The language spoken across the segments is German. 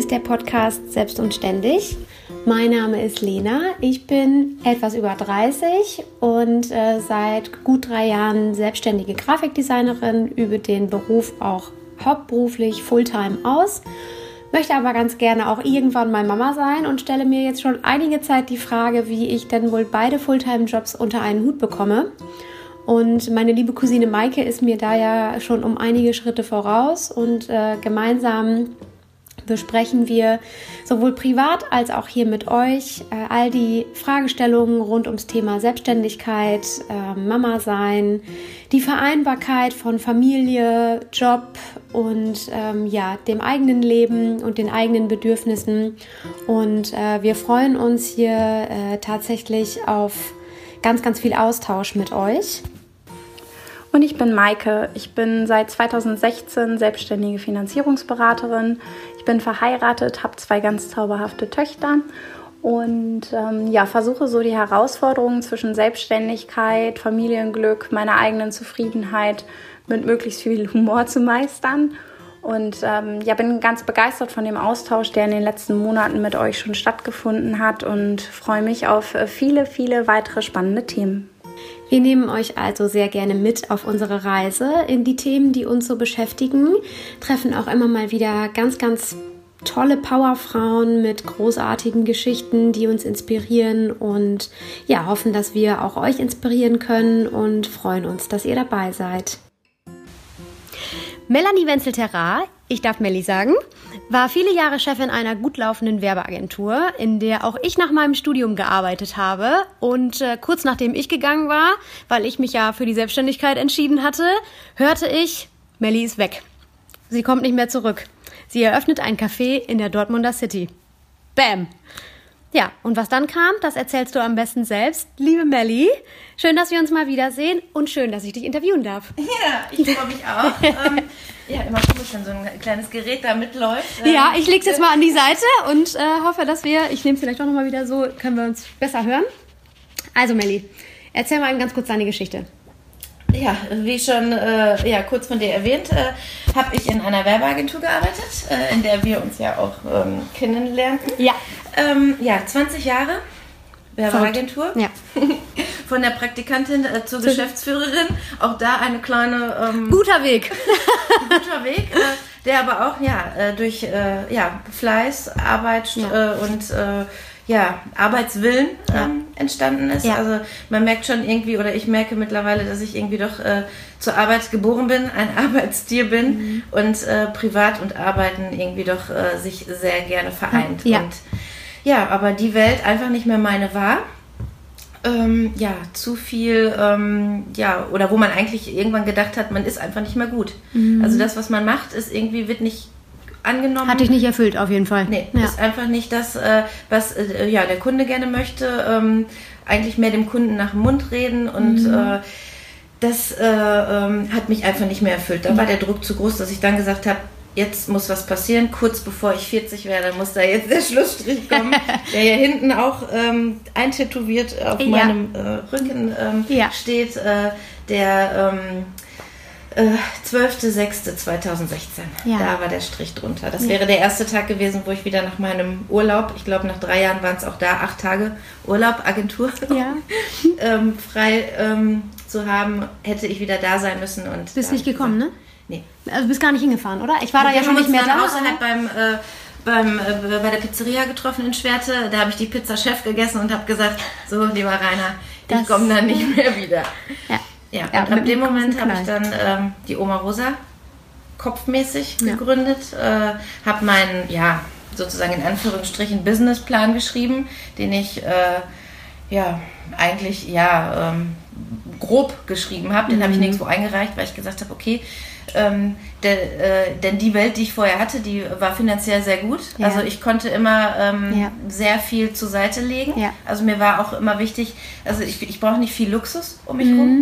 ist der Podcast Selbst und Ständig. Mein Name ist Lena, ich bin etwas über 30 und seit gut 3 Jahren selbstständige Grafikdesignerin, übe den Beruf auch hauptberuflich Fulltime aus, möchte aber ganz gerne auch irgendwann mal Mama sein und stelle mir jetzt schon einige Zeit die Frage, wie ich denn wohl beide Fulltime-Jobs unter einen Hut bekomme. Und meine liebe Cousine Maike ist mir da ja schon um einige Schritte voraus und gemeinsam besprechen wir sowohl privat als auch hier mit euch all die Fragestellungen rund ums Thema Selbstständigkeit, Mama sein, die Vereinbarkeit von Familie, Job und dem eigenen Leben und den eigenen Bedürfnissen. Und wir freuen uns hier tatsächlich auf ganz, ganz viel Austausch mit euch. Und ich bin Maike. Ich bin seit 2016 selbstständige Finanzierungsberaterin. Ich bin verheiratet, habe 2 ganz zauberhafte Töchter und versuche so die Herausforderungen zwischen Selbstständigkeit, Familienglück, meiner eigenen Zufriedenheit mit möglichst viel Humor zu meistern. Und bin ganz begeistert von dem Austausch, der in den letzten Monaten mit euch schon stattgefunden hat und freue mich auf viele, viele weitere spannende Themen. Wir nehmen euch also sehr gerne mit auf unsere Reise in die Themen, die uns so beschäftigen, treffen auch immer mal wieder ganz, ganz tolle Powerfrauen mit großartigen Geschichten, die uns inspirieren und hoffen, dass wir auch euch inspirieren können und freuen uns, dass ihr dabei seid. Melanie Wenzel-Terra, ich darf Melli sagen, war viele Jahre Chefin einer gut laufenden Werbeagentur, in der auch ich nach meinem Studium gearbeitet habe. Und kurz nachdem ich gegangen war, weil ich mich ja für die Selbstständigkeit entschieden hatte, hörte ich, Melli ist weg. Sie kommt nicht mehr zurück. Sie eröffnet ein Café in der Dortmunder City. Bam! Ja, und was dann kam, das erzählst du am besten selbst. Liebe Melli, schön, dass wir uns mal wiedersehen und schön, dass ich dich interviewen darf. Ja, ich freue mich auch. Immer komisch, wenn so ein kleines Gerät da mitläuft. Ja, ich lege es jetzt mal an die Seite und hoffe, dass ich nehme es vielleicht auch nochmal wieder so, können wir uns besser hören. Also Melli, erzähl mal ganz kurz deine Geschichte. Ja, wie schon kurz von dir erwähnt, habe ich in einer Werbeagentur gearbeitet, in der wir uns ja auch kennenlernten. Ja. 20 Jahre Werbeagentur. Ja. Von der Praktikantin zur Geschäftsführerin. Auch da eine kleine... guter Weg. Guter Weg, der aber auch durch Fleiß, Arbeit und Arbeitswillen entstanden ist. Ja. Also man merkt schon irgendwie, oder ich merke mittlerweile, dass ich irgendwie doch zur Arbeit geboren bin, ein Arbeitstier bin und Privat und Arbeiten irgendwie doch sich sehr gerne vereint. Ja. Und aber die Welt einfach nicht mehr meine war. Zu viel, oder wo man eigentlich irgendwann gedacht hat, man ist einfach nicht mehr gut. Also das, was man macht, wird nicht angenommen. Hat dich nicht erfüllt, auf jeden Fall. Nee, ist einfach nicht das, was der Kunde gerne möchte. Eigentlich mehr dem Kunden nach dem Mund reden und das hat mich einfach nicht mehr erfüllt. Da war der Druck zu groß, dass ich dann gesagt habe, jetzt muss was passieren, kurz bevor ich 40 werde, muss da jetzt der Schlussstrich kommen, der hier hinten auch eintätowiert auf meinem Rücken steht, der 12.06.2016. Ja. Da war der Strich drunter. Das wäre der erste Tag gewesen, wo ich wieder nach meinem Urlaub, ich glaube nach 3 Jahren waren es auch da 8 Tage Urlaub, Agentur, frei zu haben, hätte ich wieder da sein müssen. Und bist nicht gekommen, ne? Nee. Also du bist gar nicht hingefahren, oder? Ich war da ja schon nicht mehr da. Außerhalb bei der Pizzeria getroffen in Schwerte. Da habe ich die Pizza Chef gegessen und habe gesagt, so lieber Rainer, ich komme dann nicht mehr wieder. Ja, und ab dem Moment habe ich dann die Oma Rosa kopfmäßig gegründet, habe meinen, sozusagen in Anführungsstrichen Businessplan geschrieben, den ich grob geschrieben habe. Den habe ich nirgendwo eingereicht, weil ich gesagt habe, okay, denn die Welt, die ich vorher hatte, die war finanziell sehr gut. Ja. Also ich konnte immer sehr viel zur Seite legen. Ja. Also mir war auch immer wichtig, also ich brauche nicht viel Luxus um mich rum.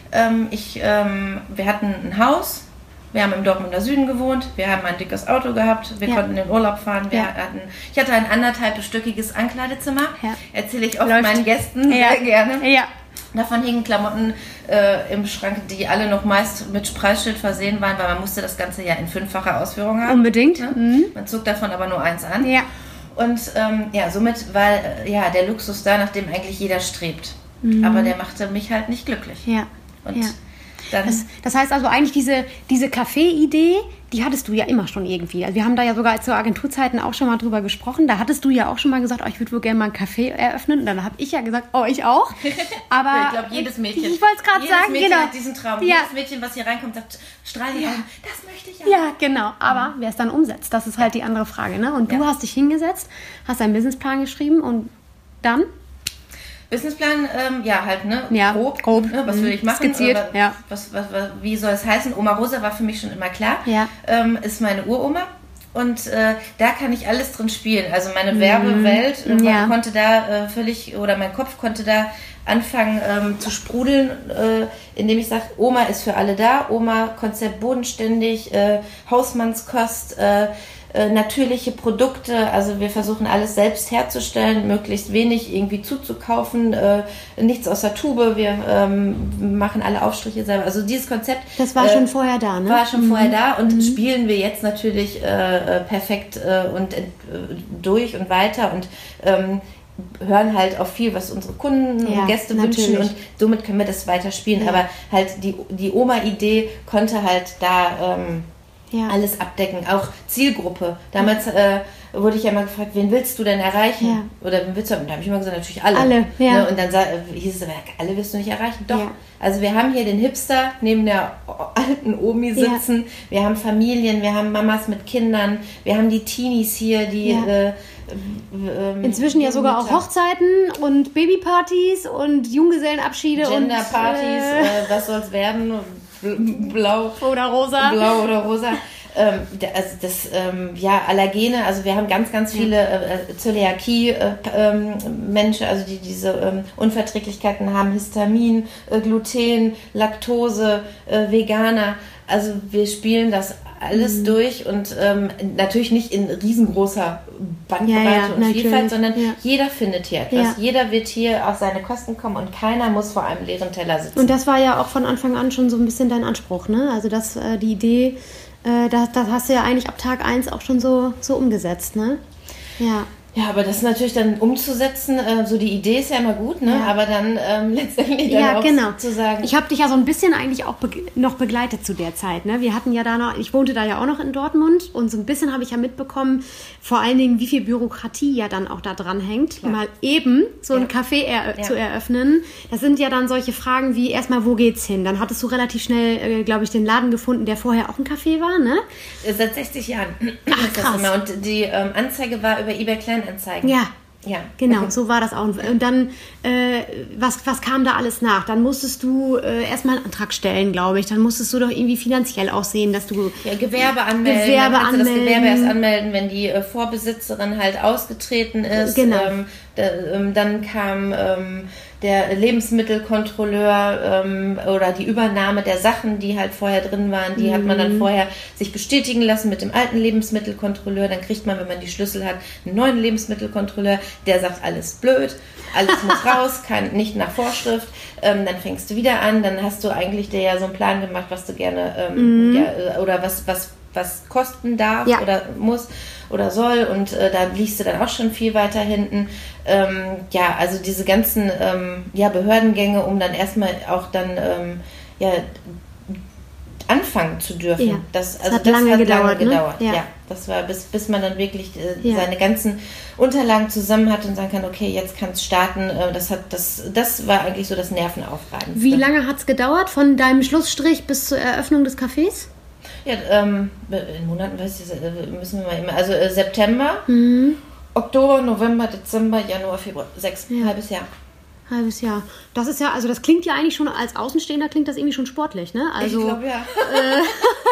Wir hatten ein Haus, wir haben im Dortmunder Süden gewohnt, wir haben ein dickes Auto gehabt, wir konnten in den Urlaub fahren, ich hatte ein 1,5-stöckiges Ankleidezimmer, erzähle ich oft meinen Gästen sehr gerne. Ja. Davon hingen Klamotten im Schrank, die alle noch meist mit Preisschild versehen waren, weil man musste das Ganze ja in 5-facher Ausführung haben. Unbedingt. Ne? Mhm. Man zog davon aber nur eins an. Ja. Und somit war der Luxus da, nach dem eigentlich jeder strebt. Aber der machte mich halt nicht glücklich. Ja. Und ja. dann... Das heißt also eigentlich diese Café-Idee, die hattest du ja immer schon irgendwie. Also wir haben da ja sogar zu Agenturzeiten auch schon mal drüber gesprochen. Da hattest du ja auch schon mal gesagt, ich würde wohl gerne mal ein Café eröffnen. Und dann habe ich ja gesagt, ich auch. Aber ich glaube, jedes Mädchen. Ich wollte es gerade sagen, Mädchen genau. hat diesen Traum. Ja. Jedes Mädchen, was hier reinkommt, sagt, strahl die Augen, das möchte ich ja. Ja, genau. Aber wer es dann umsetzt, das ist halt die andere Frage. Ne? Und du hast dich hingesetzt, hast einen Businessplan geschrieben und dann... Businessplan, grob. Ne, was will ich machen? Skizziert, ja. Wie soll es heißen? Oma Rosa war für mich schon immer klar. Ja. Ist meine Uroma. Und da kann ich alles drin spielen. Also meine Werbewelt konnte da mein Kopf konnte da anfangen zu sprudeln, indem ich sage, Oma ist für alle da. Oma, Konzept bodenständig, Hausmannskost, natürliche Produkte, also wir versuchen alles selbst herzustellen, möglichst wenig irgendwie zuzukaufen, nichts aus der Tube, wir machen alle Aufstriche selber. Also dieses Konzept... Das war schon vorher da, ne? War schon vorher da und spielen wir jetzt natürlich perfekt und durch und weiter und hören halt auf viel, was unsere Kunden und Gäste wünschen und somit können wir das weiter spielen. Aber halt die Oma-Idee konnte halt da... alles abdecken, auch Zielgruppe. Damals wurde ich ja mal gefragt, wen willst du denn erreichen? Ja. Oder wen willst du? Und da habe ich immer gesagt, natürlich alle. Alle, ja. Ne? Und dann hieß es, alle wirst du nicht erreichen. Doch. Ja. Also wir haben hier den Hipster neben der alten Omi sitzen. Ja. Wir haben Familien, wir haben Mamas mit Kindern, wir haben die Teenies hier, die... inzwischen ja sogar auch Hochzeiten und Babypartys und Junggesellenabschiede Genderpartys, was soll's werden? Blau oder rosa. Also das, Allergene, also wir haben ganz, ganz viele Zöliakie-Menschen, also die diese Unverträglichkeiten haben, Histamin, Gluten, Laktose, Veganer. Also wir spielen das alles durch und natürlich nicht in riesengroßer Bandbreite und Vielfalt, sondern jeder findet hier etwas. Ja. Jeder wird hier auf seine Kosten kommen und keiner muss vor einem leeren Teller sitzen. Und das war ja auch von Anfang an schon so ein bisschen dein Anspruch, ne? Also das, die Idee, das hast du ja eigentlich ab Tag 1 auch schon so umgesetzt, ne? Ja. Ja, aber das natürlich dann umzusetzen, so die Idee ist ja immer gut, ne? Ja. Aber dann letztendlich dann auch zu sagen... Ich habe dich ja so ein bisschen eigentlich auch noch begleitet zu der Zeit, ne? Wir hatten ja da noch, ich wohnte da ja auch noch in Dortmund und so ein bisschen habe ich ja mitbekommen, vor allen Dingen, wie viel Bürokratie ja dann auch da dran hängt, mal eben so ein Café zu eröffnen. Das sind ja dann solche Fragen wie erstmal, wo geht's hin? Dann hattest du relativ schnell, glaube ich, den Laden gefunden, der vorher auch ein Café war, ne? Seit 60 Jahren. Ach, krass. Immer. Und die Anzeige war über eBay Kleinanzeigen. Ja, genau, so war das auch. Und dann, was kam da alles nach? Dann musstest du erstmal einen Antrag stellen, glaube ich. Dann musstest du doch irgendwie finanziell aussehen, dass du... Ja, Gewerbe anmelden. Dann kannst du das Gewerbe erst anmelden, wenn die Vorbesitzerin halt ausgetreten ist. Genau. Dann kam der Lebensmittelkontrolleur oder die Übernahme der Sachen, die halt vorher drin waren, die hat man dann vorher sich bestätigen lassen mit dem alten Lebensmittelkontrolleur. Dann kriegt man, wenn man die Schlüssel hat, einen neuen Lebensmittelkontrolleur, der sagt, alles blöd, alles muss raus, nicht nach Vorschrift. Dann fängst du wieder an, dann hast du eigentlich dir ja so einen Plan gemacht, was du gerne oder was kosten darf oder muss oder soll und da liegst du dann auch schon viel weiter hinten. Also diese ganzen Behördengänge, um dann erstmal auch dann anfangen zu dürfen. Ja. Das hat lange gedauert. Ja, das war bis man dann wirklich seine ganzen Unterlagen zusammen hat und sagen kann, okay, jetzt kann es starten. Das war eigentlich so das Nervenaufreibendste. Wie lange hat es gedauert von deinem Schlussstrich bis zur Eröffnung des Cafés? Ja, in Monaten müssen wir mal immer. Also September, Oktober, November, Dezember, Januar, Februar. 6, halbes Jahr. Halbes Jahr. Das ist ja, also das klingt ja eigentlich schon, als Außenstehender klingt das irgendwie schon sportlich, ne? Also, ich glaube, ja.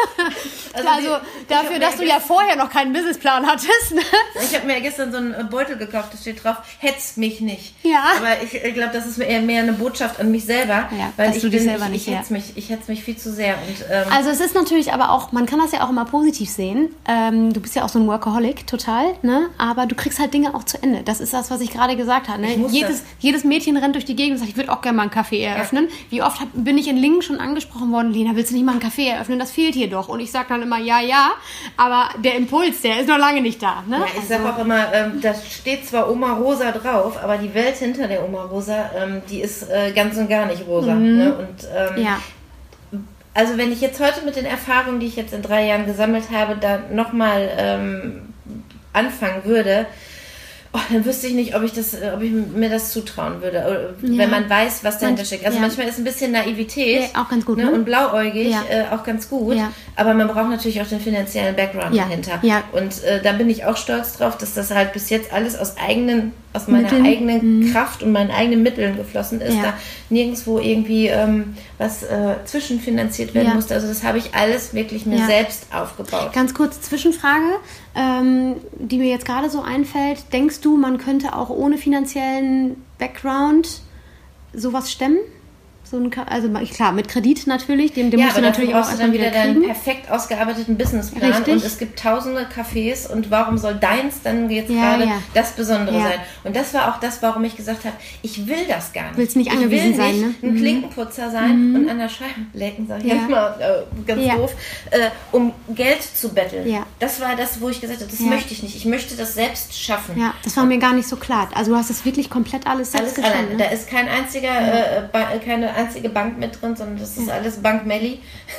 Also dafür, dass du ja vorher noch keinen Businessplan hattest. Ne? Ich habe mir gestern so einen Beutel gekauft, da steht drauf, hetz mich nicht. Ja. Aber ich glaube, das ist eher mehr eine Botschaft an mich selber. Ja, weil dass ich du dich selber nicht, ich hetz mich viel zu sehr. Und, also es ist natürlich aber auch, man kann das ja auch immer positiv sehen. Du bist ja auch so ein Workaholic, total. Ne? Aber du kriegst halt Dinge auch zu Ende. Das ist das, was ich gerade gesagt habe. Ne? Jedes Mädchen rennt durch die Gegend und sagt, ich würde auch gerne mal einen Café eröffnen. Ja. Wie oft bin ich in Lingen schon angesprochen worden, Lena, willst du nicht mal einen Café eröffnen? Das fehlt hier doch. Und ich sage dann immer, ja, aber der Impuls, der ist noch lange nicht da. Ne? Ja, ich sage auch immer, da steht zwar Oma Rosa drauf, aber die Welt hinter der Oma Rosa, die ist ganz und gar nicht rosa. Ne? Und also wenn ich jetzt heute mit den Erfahrungen, die ich jetzt in 3 Jahren gesammelt habe, da nochmal anfangen würde, dann wüsste ich nicht, ob ich mir das zutrauen würde, wenn man weiß, was dahinter steckt. Also manchmal ist ein bisschen Naivität auch ganz gut, ne? Und blauäugig auch ganz gut, aber man braucht natürlich auch den finanziellen Background dahinter. Ja. Und da bin ich auch stolz drauf, dass das halt bis jetzt alles aus meiner eigenen Kraft und meinen eigenen Mitteln geflossen ist, da nirgendwo irgendwie was zwischenfinanziert werden musste. Also das habe ich alles wirklich mir selbst aufgebaut. Ganz kurz Zwischenfrage, die mir jetzt gerade so einfällt. Denkst du, man könnte auch ohne finanziellen Background sowas stemmen? Also klar, mit Kredit natürlich, den musst du natürlich auch erstmal wieder kriegen. Deinen perfekt ausgearbeiteten Businessplan. Richtig. Und es gibt tausende Cafés und warum soll deins dann jetzt gerade das Besondere sein? Und das war auch das, warum ich gesagt habe, ich will das gar nicht. Willst nicht angewiesen sein, ne? Ich will nicht ein Klinkenputzer sein und an der Scheibe lecken, sag ich jetzt mal ganz doof, um Geld zu betteln. Ja. Das war das, wo ich gesagt habe, das möchte ich nicht. Ich möchte das selbst schaffen. Ja, das war mir gar nicht so klar. Also du hast das wirklich komplett alles selbst geschaffen. Ne? Da ist kein einziger, keine einzige Bank mit drin, sondern das ist alles Bank Melli.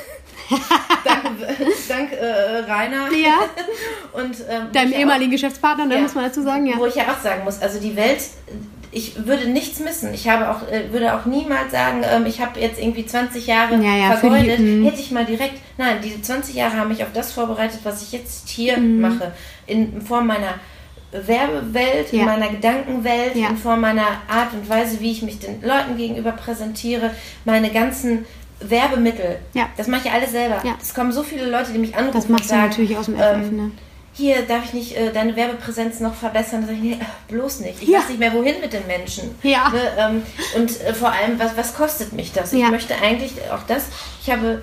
Dank Rainer. Ja. Und, deinem ehemaligen Geschäftspartner, ne, muss man dazu sagen. Ja. Wo ich ja auch sagen muss, also die Welt, ich würde nichts missen. Ich würde auch niemals sagen, ich habe jetzt irgendwie 20 Jahre vergeudet. Hätte ich mal direkt, nein, diese 20 Jahre haben mich auf das vorbereitet, was ich jetzt hier mache. In Form meiner Werbewelt, in meiner Gedankenwelt, in Form meiner Art und Weise, wie ich mich den Leuten gegenüber präsentiere, meine ganzen Werbemittel. Ja. Das mache ich alles selber. Ja. Es kommen so viele Leute, die mich anrufen und sagen, natürlich aus dem FF, ne? Hier, darf ich nicht deine Werbepräsenz noch verbessern? Da sage ich, nee, bloß nicht. Ich weiß nicht mehr, wohin mit den Menschen. Ja. Ne? Und vor allem, was kostet mich das? Ich möchte eigentlich auch das, ich habe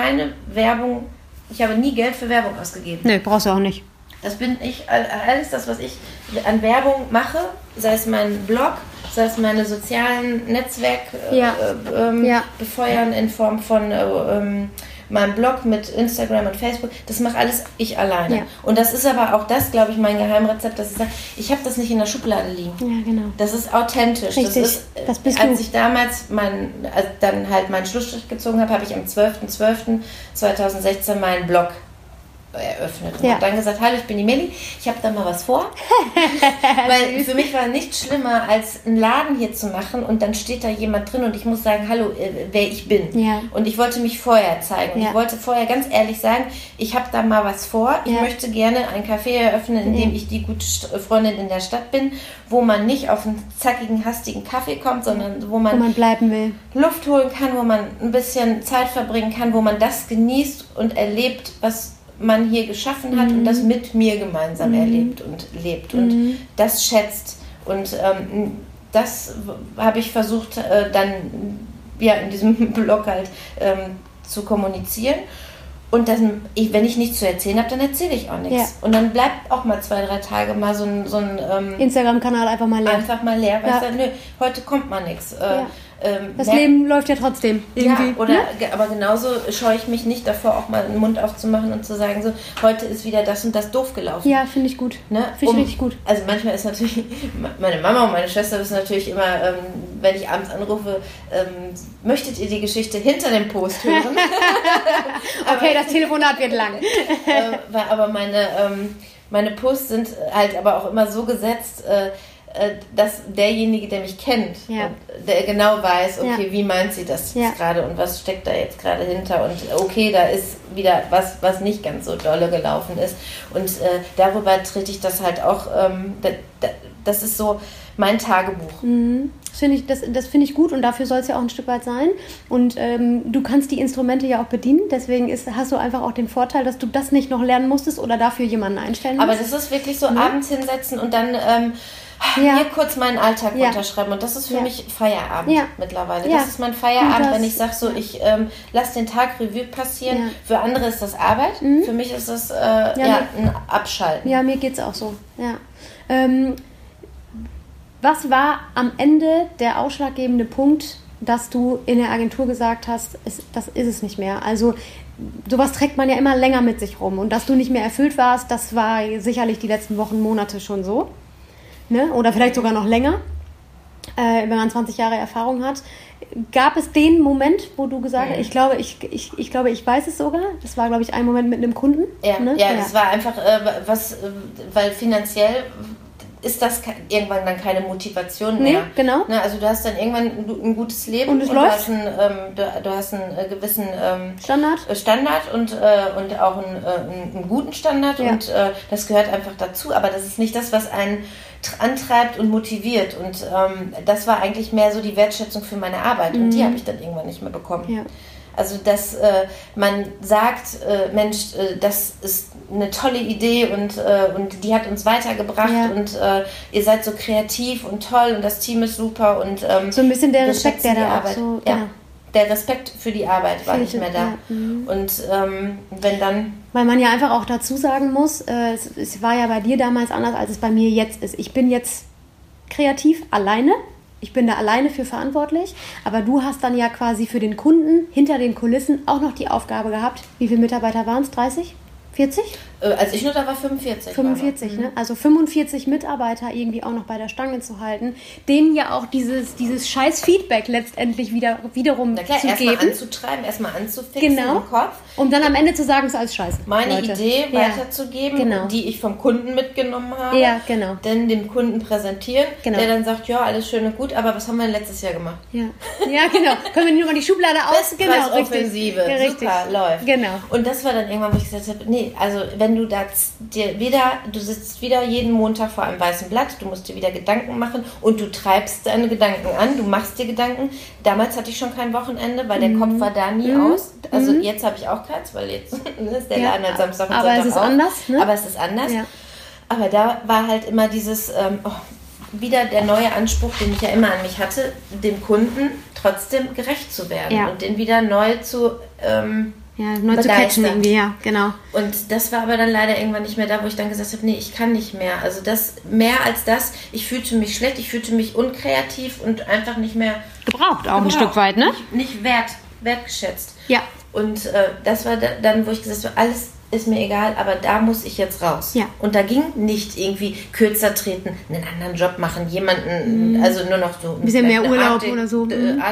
nie Geld für Werbung ausgegeben. Nee, brauchst du auch nicht. Das bin ich, alles das, was ich an Werbung mache, sei es mein Blog, sei es meine sozialen Netzwerke befeuern in Form von meinem Blog mit Instagram und Facebook, das mache alles ich alleine. Ja. Und das ist aber auch das, glaube ich, mein Geheimrezept, dass ich sage, ich habe das nicht in der Schublade liegen. Ja, genau. Das ist authentisch. Richtig. Das bist als ich damals dann halt meinen Schlussstrich gezogen habe, habe ich am 12.12.2016 meinen Blog eröffnet und habe dann gesagt, hallo, ich bin die Melli, ich habe da mal was vor. Weil für mich war nichts schlimmer, als einen Laden hier zu machen und dann steht da jemand drin und ich muss sagen, hallo, wer ich bin. Ja. Und ich wollte mich vorher zeigen. Und ich wollte vorher ganz ehrlich sagen, ich habe da mal was vor. Ich möchte gerne ein Café eröffnen, in dem ich die gute Freundin in der Stadt bin, wo man nicht auf einen zackigen, hastigen Kaffee kommt, sondern wo man bleiben will. Luft holen kann, wo man ein bisschen Zeit verbringen kann, wo man das genießt und erlebt, was man hier geschaffen hat und das mit mir gemeinsam erlebt und lebt und das schätzt. Und das habe ich versucht, dann in diesem Blog halt zu kommunizieren. Und wenn ich nichts zu erzählen habe, dann erzähle ich auch nichts. Ja. Und dann bleibt auch mal 2-3 Tage mal so ein Instagram-Kanal einfach mal leer. Weil ich sage, heute kommt mal nichts. Das Leben läuft ja trotzdem irgendwie. Ja, aber genauso scheue ich mich nicht davor, auch mal den Mund aufzumachen und zu sagen, so, heute ist wieder das und das doof gelaufen. Ja, finde ich gut. Ne? Finde ich richtig gut. Also manchmal ist natürlich, meine Mama und meine Schwester wissen natürlich immer, wenn ich abends anrufe, möchtet ihr die Geschichte hinter dem Post hören? Okay, das Telefonat wird lang. Aber meine Posts sind halt aber auch immer so gesetzt, dass derjenige, der mich kennt, der genau weiß, okay, wie meint sie das jetzt gerade und was steckt da jetzt gerade hinter und okay, da ist wieder was nicht ganz so dolle gelaufen ist und darüber trete ich das halt auch, Das ist so mein Tagebuch. Das finde ich gut und dafür soll es ja auch ein Stück weit sein. Und du kannst die Instrumente ja auch bedienen. Deswegen hast du einfach auch den Vorteil, dass du das nicht noch lernen musstest oder dafür jemanden einstellen musst. Aber das ist wirklich so, abends hinsetzen und dann mir kurz meinen Alltag runterschreiben. Und das ist für mich Feierabend mittlerweile. Das ist mein Feierabend, wenn ich sage so, ich lasse den Tag Revue passieren. Ja. Für andere ist das Arbeit. Für mich ist das ein Abschalten. Ja, mir geht es auch so. Ja. Was war am Ende der ausschlaggebende Punkt, dass du in der Agentur gesagt hast, das ist es nicht mehr? Also sowas trägt man ja immer länger mit sich rum. Und dass du nicht mehr erfüllt warst, das war sicherlich die letzten Wochen, Monate schon so. Ne? Oder vielleicht sogar noch länger, wenn man 20 Jahre Erfahrung hat. Gab es den Moment, wo du gesagt hast, ich glaube, ich weiß es sogar. Das war, glaube ich, ein Moment mit einem Kunden. Ja, ne? Das war einfach weil finanziell ist das irgendwann dann keine Motivation mehr. Nee, genau. Ne, also du hast dann irgendwann ein gutes Leben und du hast einen gewissen Standard und auch einen guten Standard und das gehört einfach dazu, aber das ist nicht das, was einen antreibt und motiviert und das war eigentlich mehr so die Wertschätzung für meine Arbeit und die habe ich dann irgendwann nicht mehr bekommen. Ja. Also, dass man sagt, Mensch, das ist eine tolle Idee und die hat uns weitergebracht und ihr seid so kreativ und toll und das Team ist super und so ein bisschen der Respekt, der da auch so... Ja, der Respekt für die Arbeit war nicht mehr da. Ja. Und wenn dann... Weil man ja einfach auch dazu sagen muss, es war ja bei dir damals anders, als es bei mir jetzt ist. Ich bin jetzt kreativ alleine. Ich bin da alleine für verantwortlich, aber du hast dann ja quasi für den Kunden hinter den Kulissen auch noch die Aufgabe gehabt. Wie viele Mitarbeiter waren es? 30? 40? Als ich nur da war, 45. 45, ne? Also 45 Mitarbeiter irgendwie auch noch bei der Stange zu halten, denen ja auch dieses scheiß Feedback letztendlich wiederum zu geben. Erstmal anzutreiben, erstmal anzufixen im Kopf. Um dann am Ende zu sagen, es ist alles scheiße. Meine Idee weiterzugeben, die ich vom Kunden mitgenommen habe. Ja, genau. Dann dem Kunden präsentieren, der dann sagt, ja, alles schön und gut, aber was haben wir denn letztes Jahr gemacht? Ja, genau. Können wir nur mal die Schublade aus? Genau, Offensive. Ja, super, läuft. Genau. Und das war dann irgendwann, wo ich gesagt habe, nee, also wenn du du sitzt wieder jeden Montag vor einem weißen Blatt, du musst dir wieder Gedanken machen und du treibst deine Gedanken an, du machst dir Gedanken. Damals hatte ich schon kein Wochenende, weil der Kopf war da nie aus. Also jetzt habe ich auch keins, weil jetzt ist der Laden am Samstag und Sonntag. Aber es ist anders, ne? Aber es ist anders. Ja. Aber da war halt immer dieses, wieder der neue Anspruch, den ich ja immer an mich hatte, dem Kunden trotzdem gerecht zu werden und den wieder neu zu neu zu catchen irgendwie, ja, genau. Und das war aber dann leider irgendwann nicht mehr da, wo ich dann gesagt habe, nee, ich kann nicht mehr. Also mehr als das, ich fühlte mich schlecht, ich fühlte mich unkreativ und einfach nicht mehr... Gebraucht auch ein Stück weit, ne? Nicht wertgeschätzt. Ja. Und das war dann, wo ich gesagt habe, alles ist mir egal, aber da muss ich jetzt raus. Ja. Und da ging nicht irgendwie kürzer treten, einen anderen Job machen, jemanden, also nur noch so... Ein bisschen mehr Urlaub oder so.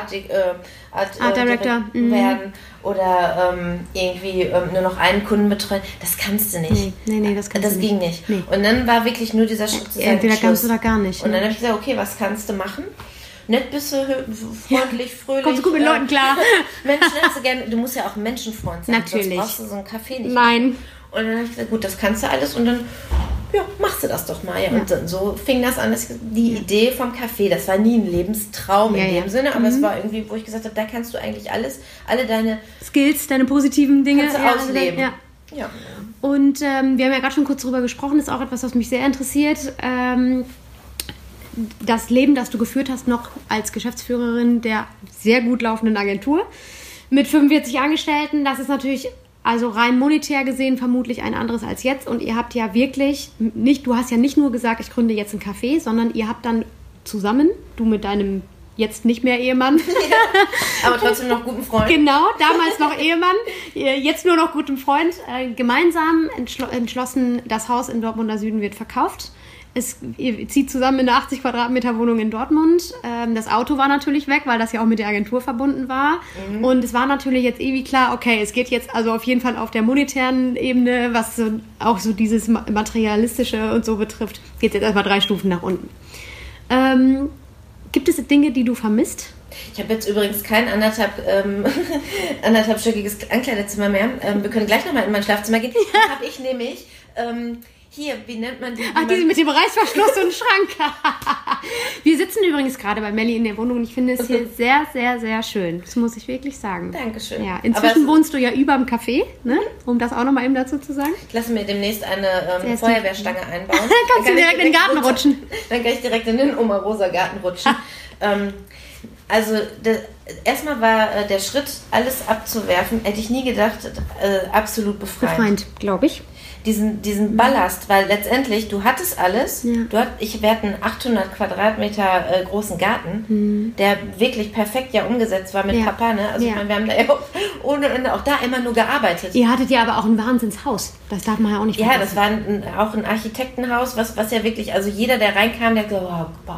Art Director werden oder irgendwie nur noch einen Kunden betreuen. Das kannst du nicht. Nee, das kannst du nicht. Das ging nicht. Nee. Und dann war wirklich nur dieser Schritt zu sagen, entweder kannst du oder gar nicht. Und dann habe ich gesagt, okay, was kannst du machen? Nett bist du, freundlich, fröhlich. Kommst du gut mit Leuten klar. Menschen hast du gerne. Du musst ja auch Menschenfreund sein. Natürlich. Sonst brauchst du so einen Kaffee nicht. Nein. Und dann habe ich gesagt, gut, das kannst du alles. Und dann, machst du das doch mal. Ja. Und dann, so fing das an, die Idee vom Café. Das war nie ein Lebenstraum in dem Sinne, aber es war irgendwie, wo ich gesagt habe, da kannst du eigentlich alle deine Skills, deine positiven Dinge ausleben. Ja. Und wir haben ja gerade schon kurz drüber gesprochen, das ist auch etwas, was mich sehr interessiert. Das Leben, das du geführt hast, noch als Geschäftsführerin der sehr gut laufenden Agentur mit 45 Angestellten, das ist natürlich, also rein monetär gesehen, vermutlich ein anderes als jetzt. Und ihr habt ja wirklich du hast ja nicht nur gesagt, ich gründe jetzt ein Café, sondern ihr habt dann zusammen, du mit deinem jetzt nicht mehr Ehemann. Ja, aber trotzdem noch guten Freund. Genau, damals noch Ehemann, jetzt nur noch guten Freund. Gemeinsam entschlossen, das Haus im Dortmunder Süden wird verkauft. Ihr zieht zusammen in eine 80 Quadratmeter Wohnung in Dortmund. Das Auto war natürlich weg, weil das ja auch mit der Agentur verbunden war. Und es war natürlich jetzt ewig klar, okay, es geht jetzt also auf jeden Fall auf der monetären Ebene, was so, auch so dieses Materialistische und so betrifft, geht jetzt erstmal 3 Stufen nach unten. Gibt es Dinge, die du vermisst? Ich habe jetzt übrigens kein anderthalbstöckiges Ankleidezimmer mehr. Wir können gleich nochmal in mein Schlafzimmer gehen. Da habe ich nämlich... Hier, wie nennt man die? Ach, die mit dem Reißverschluss und Schrank. Wir sitzen übrigens gerade bei Melli in der Wohnung und ich finde es hier sehr, sehr, sehr schön. Das muss ich wirklich sagen. Dankeschön. Ja, inzwischen wohnst du ja über dem Café, ne? Um das auch nochmal eben dazu zu sagen. Ich lasse mir demnächst eine Feuerwehrstange einbauen. Kannst du direkt in den Garten rutschen. Dann kann ich direkt in den Oma-Rosa-Garten rutschen. Also erstmal war der Schritt, alles abzuwerfen, hätte ich nie gedacht, absolut befreiend. Glaube ich. Diesen Ballast, weil letztendlich, du hattest alles. Ja. Wir hatten einen 800 Quadratmeter großen Garten, der wirklich perfekt ja umgesetzt war mit Papa. Ne? Also ich meine, wir haben da ja ohne Ende auch da immer nur gearbeitet. Ihr hattet ja aber auch ein Wahnsinnshaus. Das darf man ja auch nicht vergessen. Ja, das war auch ein Architektenhaus, was ja wirklich, also jeder, der reinkam, der gesagt,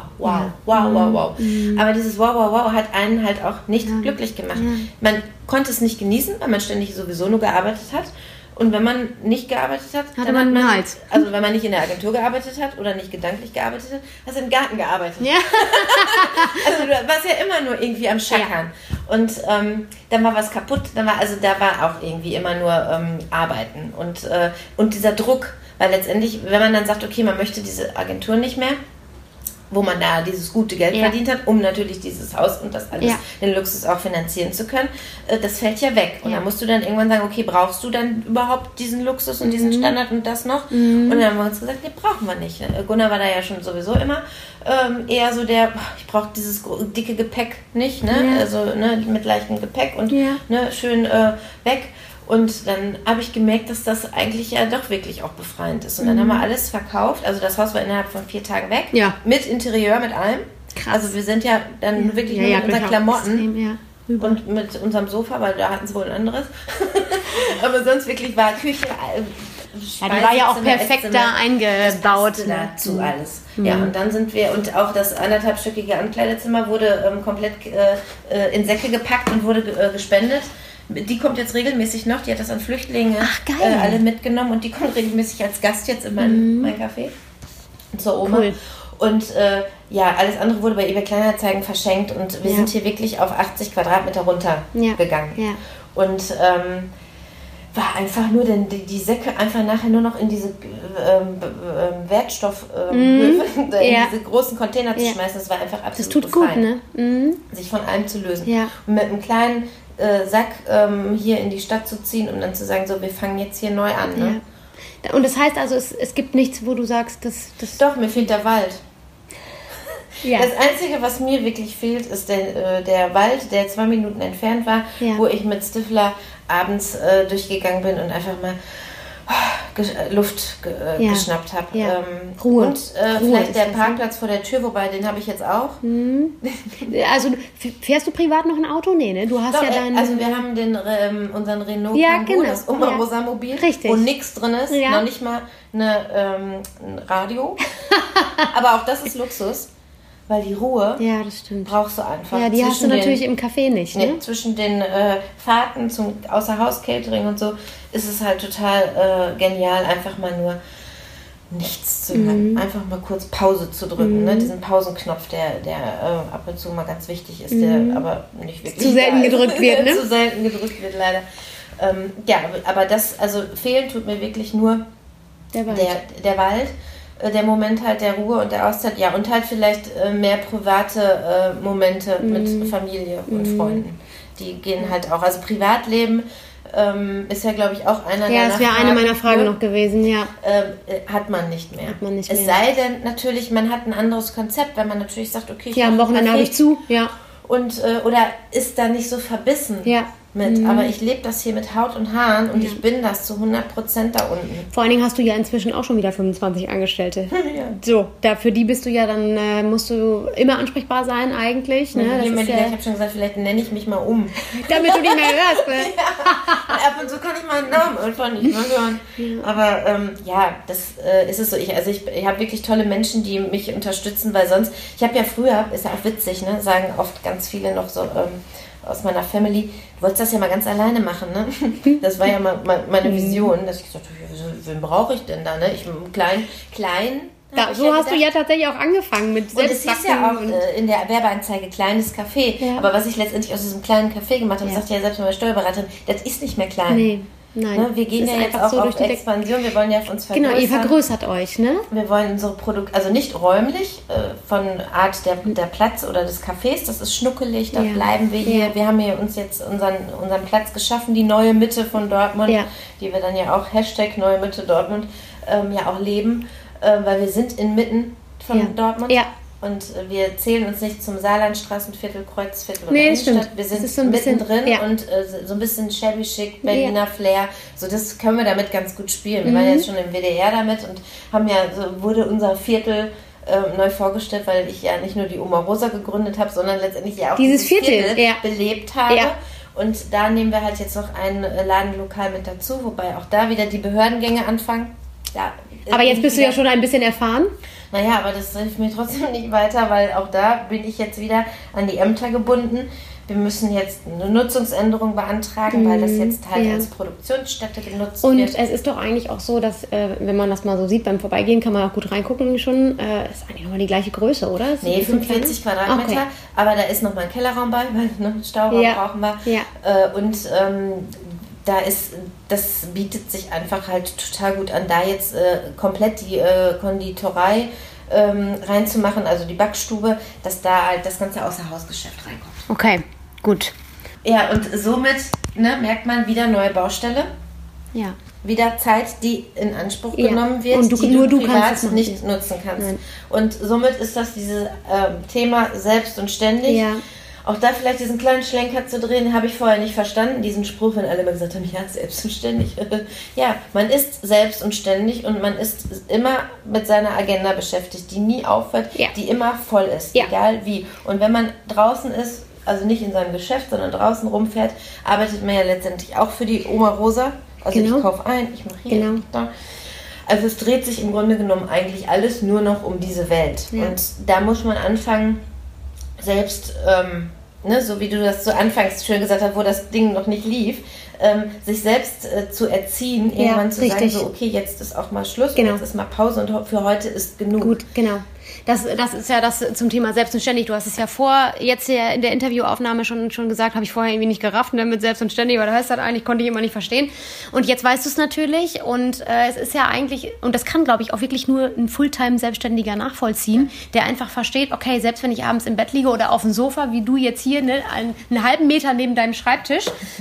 wow. Aber dieses wow hat einen halt auch nicht glücklich gemacht. Ja. Man konnte es nicht genießen, weil man ständig sowieso nur gearbeitet hat. Und wenn man nicht gearbeitet hat, dann hat man Hals. Also wenn man nicht in der Agentur gearbeitet hat oder nicht gedanklich gearbeitet hat, hast du im Garten gearbeitet. Ja. Also du warst ja immer nur irgendwie am Schackern. Ja. Und dann war was kaputt, da war auch irgendwie immer nur Arbeiten. Und dieser Druck, weil letztendlich, wenn man dann sagt, okay, man möchte diese Agentur nicht mehr, wo man da dieses gute Geld verdient hat, um natürlich dieses Haus und das alles, den Luxus auch finanzieren zu können, das fällt ja weg. Und da musst du dann irgendwann sagen, okay, brauchst du dann überhaupt diesen Luxus und diesen Standard und das noch? Und dann haben wir uns gesagt, nee, brauchen wir nicht. Gunnar war da ja schon sowieso immer eher so ich brauche dieses dicke Gepäck nicht, ne? Ja. Also mit leichtem Gepäck und schön weg. Und dann habe ich gemerkt, dass das eigentlich ja doch wirklich auch befreiend ist. Und dann haben wir alles verkauft. Also das Haus war innerhalb von 4 Tagen weg. Ja. Mit Interieur, mit allem. Krass. Also wir sind ja dann wirklich nur mit unseren Klamotten und mit unserem Sofa, weil da hatten sie wohl ein anderes. Aber sonst wirklich war Küche, die war ja auch perfekt da eingebaut. Dazu alles. Ja, und dann sind wir, und auch das 1,5-stöckige Ankleidezimmer wurde komplett in Säcke gepackt und wurde gespendet. Die kommt jetzt regelmäßig noch, die hat das an Flüchtlinge alle mitgenommen und die kommt regelmäßig als Gast jetzt in mein Café zur Oma. Cool. Und alles andere wurde bei eBay Kleinanzeigen verschenkt und wir sind hier wirklich auf 80 Quadratmeter runtergegangen. Ja. Und war einfach nur die Säcke einfach nachher nur noch in diese Wertstoffhöfe, diese großen Container zu schmeißen. Das war einfach absolut das tut befreiend, gut, ne? Sich von allem zu lösen. Ja. Und mit einem kleinen Sack hier in die Stadt zu ziehen, um dann zu sagen, so, wir fangen jetzt hier neu an. Ne? Ja. Und das heißt also, es gibt nichts, wo du sagst, das... Doch, mir fehlt der Wald. Ja. Das Einzige, was mir wirklich fehlt, ist der Wald, der 2 Minuten entfernt war, wo ich mit Stifler abends durchgegangen bin und einfach mal Luft geschnappt habe. Ja. Ruhe. Und vielleicht der Parkplatz vor der Tür, wobei den habe ich jetzt auch. Also fährst du privat noch ein Auto? Nee, ne? Du hast Doch, ja deinen... Also wir haben unseren Renault Kangoo, das Oma-Rosa-Mobil, wo nichts drin ist, noch nicht mal ein Radio. Aber auch das ist Luxus. Weil die Ruhe brauchst du einfach. Ja, die hast du natürlich im Café nicht. Ne? Nee, zwischen den Fahrten zum Außerhaus-Catering und so ist es halt total genial, einfach mal nur nichts zu hören. Einfach mal kurz Pause zu drücken. Ne? Diesen Pausenknopf, der ab und zu mal ganz wichtig ist, der aber nicht wirklich zu selten gedrückt wird. Ne? Zu selten gedrückt wird, leider. Aber das, also fehlen tut mir wirklich nur der Wald. Der Moment halt der Ruhe und der Auszeit, und halt vielleicht mehr private Momente mit Familie und Freunden. Die gehen halt auch, also Privatleben ist ja, glaube ich, auch einer der das wäre eine meiner Fragen noch gewesen, hat man nicht mehr. Es sei denn, natürlich, man hat ein anderes Konzept, wenn man natürlich sagt, okay, ich am Wochenende habe ich zu, Und, oder ist da nicht so verbissen mit. Aber ich lebe das hier mit Haut und Haaren und ich bin das zu 100% da unten. Vor allen Dingen hast du ja inzwischen auch schon wieder 25 Angestellte. So, für die bist du ja dann, musst du immer ansprechbar sein eigentlich. Ne? Ich habe schon gesagt, vielleicht nenne ich mich mal um. Damit du nicht mehr hörst. Ne? Ab und zu kann ich meinen Namen einfach nicht mehr hören. Aber das ist es so. Ich habe wirklich tolle Menschen, die mich unterstützen, weil sonst, ich habe ja früher, ist ja auch witzig, ne, sagen oft ganz viele noch so aus meiner Family, du wolltest das ja mal ganz alleine machen, ne? Das war ja mal meine Vision, dass ich gesagt habe, wen brauche ich denn da, ne? Ich bin klein. So hast du ja tatsächlich auch angefangen mit Selbstbacken. Und es hieß ja auch in der Werbeanzeige kleines Café, aber was ich letztendlich aus diesem kleinen Café gemacht habe, sagt ja selbst meine Steuerberaterin, das ist nicht mehr klein. Nee. Nein. Ne? Wir gehen ja jetzt auch so auf Expansion, wir wollen ja auf uns vergrößern. Genau, ihr vergrößert euch, ne? Wir wollen unsere Produkte, also nicht räumlich, von Art der Platz oder des Cafés, das ist schnuckelig, da bleiben wir hier. Wir haben hier uns jetzt unseren Platz geschaffen, die neue Mitte von Dortmund, die wir dann ja auch Hashtag Neue Mitte Dortmund ja auch leben, weil wir sind inmitten von Dortmund. Ja. Und wir zählen uns nicht zum Saarlandstraßenviertel, Kreuzviertel oder Innenstadt. Wir sind so mittendrin und so ein bisschen shabby chic, Berliner Flair. So, das können wir damit ganz gut spielen. Wir waren jetzt schon im WDR damit und haben wurde unser Viertel neu vorgestellt, weil ich ja nicht nur die Oma Rosa gegründet habe, sondern letztendlich ja auch dieses Viertel belebt habe. Ja. Und da nehmen wir halt jetzt noch ein Ladenlokal mit dazu, wobei auch da wieder die Behördengänge anfangen. Aber jetzt bist du ja schon ein bisschen erfahren. Naja, aber das hilft mir trotzdem nicht weiter, weil auch da bin ich jetzt wieder an die Ämter gebunden. Wir müssen jetzt eine Nutzungsänderung beantragen, weil das jetzt halt als Produktionsstätte genutzt wird. Und es ist doch eigentlich auch so, dass, wenn man das mal so sieht beim Vorbeigehen, kann man auch gut reingucken schon. Ist eigentlich nochmal die gleiche Größe, oder? Nee, 45 Quadratmeter, aber da ist nochmal ein Kellerraum bei, weil Stauraum brauchen wir. Ja. Und das bietet sich einfach halt total gut an, da jetzt komplett die Konditorei reinzumachen, also die Backstube, dass da halt das ganze Außerhausgeschäft reinkommt. Okay, gut. Ja, und somit merkt man wieder neue Baustelle. Ja. Wieder Zeit, die in Anspruch genommen wird, und die du privat nicht nutzen kannst. Nein. Und somit ist das dieses Thema selbst und ständig. Ja. Auch da vielleicht diesen kleinen Schlenker zu drehen, habe ich vorher nicht verstanden. Diesen Spruch, wenn alle immer gesagt haben, ja, selbst und ständig. Ja, man ist selbst und ständig und man ist immer mit seiner Agenda beschäftigt, die nie aufhört, die immer voll ist, egal wie. Und wenn man draußen ist, also nicht in seinem Geschäft, sondern draußen rumfährt, arbeitet man ja letztendlich auch für die Oma Rosa. Also ich kaufe ein, ich mache hier, da. Also es dreht sich im Grunde genommen eigentlich alles nur noch um diese Welt. Ja. Und da muss man anfangen, selbst, so wie du das so anfangs schön gesagt hast, wo das Ding noch nicht lief, sich selbst zu erziehen, irgendwann zu sagen, so okay, jetzt ist auch mal Schluss, und jetzt ist mal Pause und für heute ist genug. Gut, genau. Das ist ja das zum Thema selbst und ständig. Du hast es ja jetzt ja in der Interviewaufnahme schon gesagt, habe ich vorher irgendwie nicht gerafft, mit selbst und ständig, weil da heißt das eigentlich, konnte ich immer nicht verstehen. Und jetzt weißt du es natürlich und es ist ja eigentlich, und das kann, glaube ich, auch wirklich nur ein Fulltime-Selbstständiger nachvollziehen, der einfach versteht, okay, selbst wenn ich abends im Bett liege oder auf dem Sofa, wie du jetzt hier, einen halben Meter neben deinem Schreibtisch,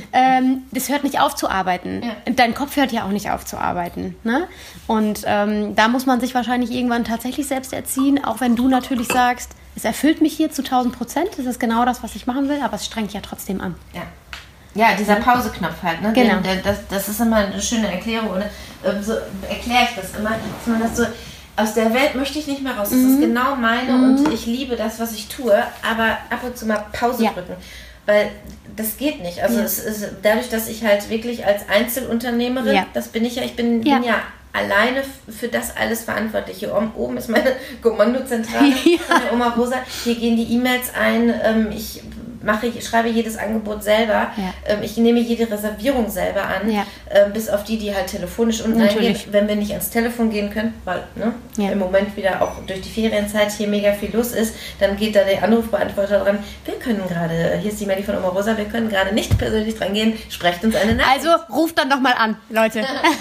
das hört nicht auf zu arbeiten. Ja. Dein Kopf hört ja auch nicht auf zu arbeiten. Ne? Und da muss man sich wahrscheinlich irgendwann tatsächlich selbst erziehen, auch wenn du natürlich sagst, es erfüllt mich hier zu 1000%, das ist genau das, was ich machen will, aber es strengt ja trotzdem an. Ja, dieser Pauseknopf halt, ne? Genau. Das ist immer eine schöne Erklärung, oder so erkläre ich das immer, dass man das so, aus der Welt möchte ich nicht mehr raus, das ist genau meine und ich liebe das, was ich tue, aber ab und zu mal Pause drücken, weil das geht nicht. Also es ist dadurch, dass ich halt wirklich als Einzelunternehmerin, das bin ich ja, ich bin ja alleine für das alles verantwortlich. Hier oben ist meine Kommandozentrale von der Oma Rosa. Hier gehen die E-Mails ein. Ich schreibe jedes Angebot selber. Ja. Ich nehme jede Reservierung selber an. Ja. Bis auf die halt telefonisch unten reingehen. Wenn wir nicht ans Telefon gehen können, weil im Moment wieder auch durch die Ferienzeit hier mega viel los ist, dann geht da der Anrufbeantworter dran. Wir können gerade, hier ist die Melli von Oma Rosa, wir können gerade nicht persönlich dran gehen. Sprecht uns eine Nachricht. Also ruft dann doch mal an, Leute.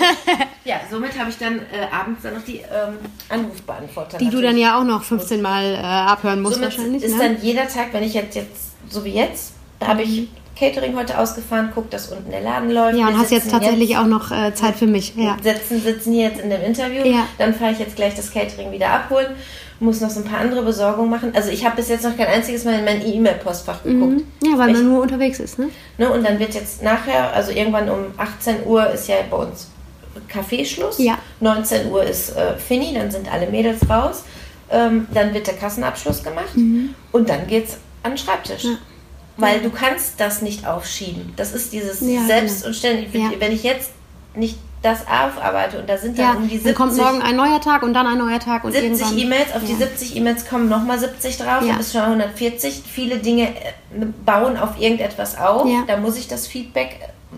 Ja, somit habe ich dann abends dann noch die Anrufbeantworter. Die du dann ja auch noch 15 Mal abhören musst somit wahrscheinlich. Ist dann jeder Tag, wenn ich jetzt so wie jetzt, da habe ich Catering heute ausgefahren, guck, dass unten der Laden läuft. Ja, und hast jetzt tatsächlich auch noch Zeit für mich. Ja. Sitzen hier jetzt in dem Interview. Ja. Dann fahre ich jetzt gleich das Catering wieder abholen. Muss noch so ein paar andere Besorgungen machen. Also ich habe bis jetzt noch kein einziges Mal in mein E-Mail-Postfach geguckt. Ja, weil man nur unterwegs ist, ne? Und dann wird jetzt nachher, also irgendwann um 18 Uhr ist ja bei uns Kaffeeschluss. Ja. 19 Uhr ist Fini, dann sind alle Mädels raus. Dann wird der Kassenabschluss gemacht. Und dann geht's an den Schreibtisch. Ja. Weil du kannst das nicht aufschieben. Das ist dieses Selbst und ständig. Wenn ich jetzt nicht das aufarbeite und da sind dann um die 70... Dann kommt morgen ein neuer Tag und dann ein neuer Tag und 70 E-Mails, auf die 70 E-Mails kommen nochmal 70 drauf, dann bist du schon 140. Viele Dinge bauen auf irgendetwas auf. Ja. Da muss ich das Feedback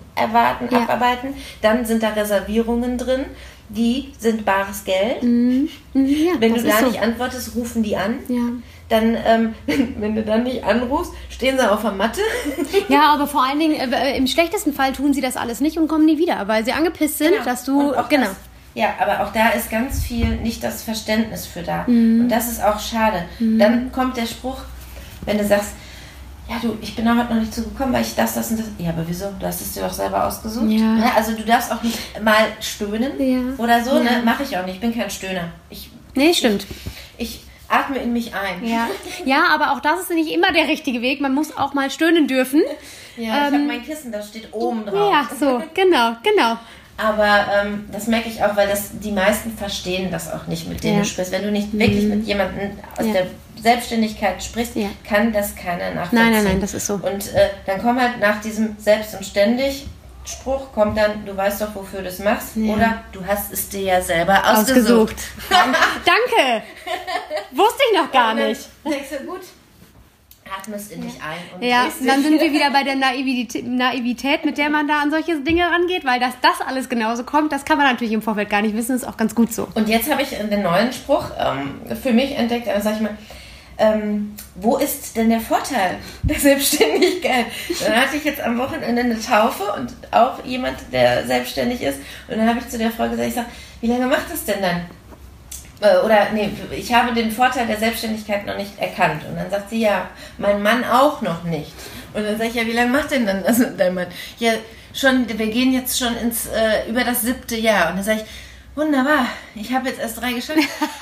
abarbeiten. Dann sind da Reservierungen drin. Die sind bares Geld. Wenn du da nicht antwortest, rufen die an. Ja. dann, wenn du dann nicht anrufst, stehen sie auf der Matte. Ja, aber vor allen Dingen, im schlechtesten Fall tun sie das alles nicht und kommen nie wieder, weil sie angepisst sind, dass du... Genau. Ja, aber auch da ist ganz viel nicht das Verständnis für da. Und das ist auch schade. Dann kommt der Spruch, wenn du sagst, ja du, ich bin da heute noch nicht zugekommen, weil ich das und das... Ja, aber wieso? Du hast es dir doch selber ausgesucht. Ja. Ne? Also du darfst auch nicht mal stöhnen oder so, ne? Mache ich auch nicht. Ich bin kein Stöhner. Nee, stimmt. Ich atme in mich ein. Ja, aber auch das ist nicht immer der richtige Weg. Man muss auch mal stöhnen dürfen. Ja, ich habe mein Kissen, das steht oben drauf. Ja, so, genau. Aber das merke ich auch, weil die meisten verstehen das auch nicht, mit denen du sprichst. Wenn du nicht wirklich mit jemandem aus der Selbstständigkeit sprichst, kann das keiner nachvollziehen. Nein, das ist so. Und dann kommt halt nach diesem Selbst und ständig Spruch, kommt dann, du weißt doch, wofür du es machst, oder du hast es dir ja selber ausgesucht. Danke! Wusste ich noch gar nicht. Denkst du, gut, atmest in dich ein. Und dann sind wir wieder bei der Naivität, mit der man da an solche Dinge rangeht, weil das alles genauso kommt, das kann man natürlich im Vorfeld gar nicht wissen, ist auch ganz gut so. Und jetzt habe ich den neuen Spruch für mich entdeckt, sag ich mal, wo ist denn der Vorteil der Selbstständigkeit? Dann hatte ich jetzt am Wochenende eine Taufe und auch jemand, der selbstständig ist. Und dann habe ich zu der Frau gesagt, wie lange macht das denn dann? Ich habe den Vorteil der Selbstständigkeit noch nicht erkannt. Und dann sagt sie, ja, mein Mann auch noch nicht. Und dann sage ich, ja, wie lange macht denn dann das dein Mann? Ja, wir gehen jetzt schon über das 7. Jahr. Und dann sage ich, wunderbar, ich habe jetzt erst 3 geschafft.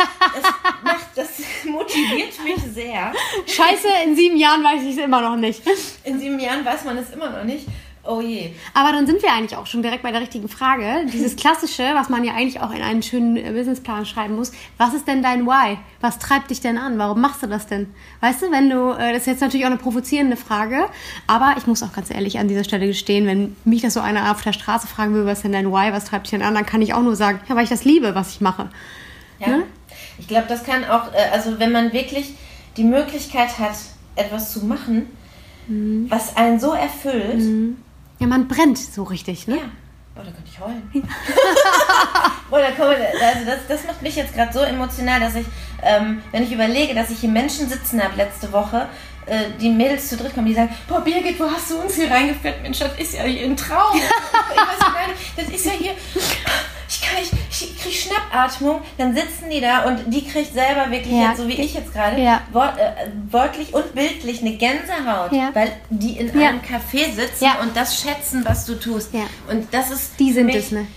Das motiviert mich sehr. Scheiße, in 7 Jahren weiß ich es immer noch nicht. In 7 Jahren weiß man es immer noch nicht. Oh je. Aber dann sind wir eigentlich auch schon direkt bei der richtigen Frage. Dieses Klassische, was man ja eigentlich auch in einen schönen Businessplan schreiben muss. Was ist denn dein Why? Was treibt dich denn an? Warum machst du das denn? Weißt du, das ist jetzt natürlich auch eine provozierende Frage, aber ich muss auch ganz ehrlich an dieser Stelle gestehen, wenn mich das so einer auf der Straße fragen will, was ist denn dein Why? Was treibt dich denn an? Dann kann ich auch nur sagen, ja, weil ich das liebe, was ich mache. Ja. Ne? Ich glaube, das kann auch, also wenn man wirklich die Möglichkeit hat, etwas zu machen, was einen so erfüllt. Ja, man brennt so richtig, ne? Ja. Oh, da könnte ich heulen. Das macht mich jetzt gerade so emotional, dass ich, wenn ich überlege, dass ich hier Menschen sitzen habe letzte Woche, die Mädels zu dritt kommen, die sagen, boah, Birgit, wo hast du uns hier reingeführt? Mensch, das ist ja hier ein Traum. Ich weiß nicht, das ist ja hier... Ich kriege Schnappatmung, dann sitzen die da und die kriegt selber wirklich jetzt, so wie ich jetzt gerade, wörtlich und bildlich eine Gänsehaut, weil die in einem Café sitzen und das schätzen, was du tust. Ja. Und das ist die sind es, ne?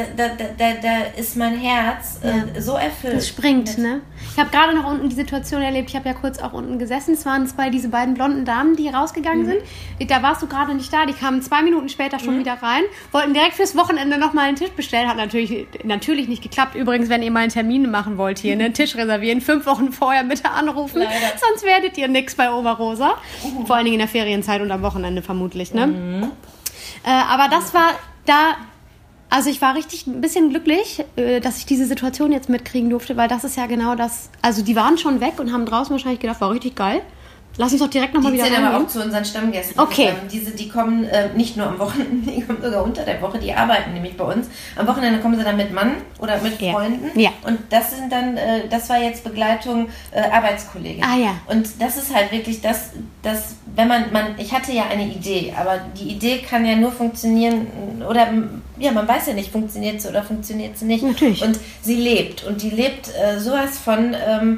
Da ist mein Herz so erfüllt. Das springt, ne? Ich habe gerade noch unten die Situation erlebt, ich habe ja kurz auch unten gesessen, es waren diese beiden blonden Damen, die rausgegangen sind. Da warst du gerade nicht da, die kamen 2 Minuten später schon wieder rein, wollten direkt fürs Wochenende nochmal einen Tisch bestellen, hat natürlich nicht geklappt. Übrigens, wenn ihr mal einen Termin machen wollt hier, einen Tisch reservieren, 5 Wochen vorher bitte anrufen, sonst werdet ihr nix bei Oberrosa. Vor allen Dingen in der Ferienzeit und am Wochenende vermutlich, ne? Aber das war da... Also ich war richtig ein bisschen glücklich, dass ich diese Situation jetzt mitkriegen durfte, weil das ist ja genau das, also die waren schon weg und haben draußen wahrscheinlich gedacht, war richtig geil. Lass uns doch direkt nochmal wieder reingehen. Die zählen aber auch zu unseren Stammgästen. Okay. Die kommen nicht nur am Wochenende, die kommen sogar unter der Woche, die arbeiten nämlich bei uns. Am Wochenende kommen sie dann mit Mann oder mit Freunden. Ja. Und das sind dann, das war jetzt Begleitung Arbeitskollegen. Ah ja. Und das ist halt wirklich das wenn ich hatte ja eine Idee, aber die Idee kann ja nur funktionieren, oder ja, man weiß ja nicht, funktioniert sie oder funktioniert sie nicht. Natürlich. Und sie lebt. Und die lebt sowas von,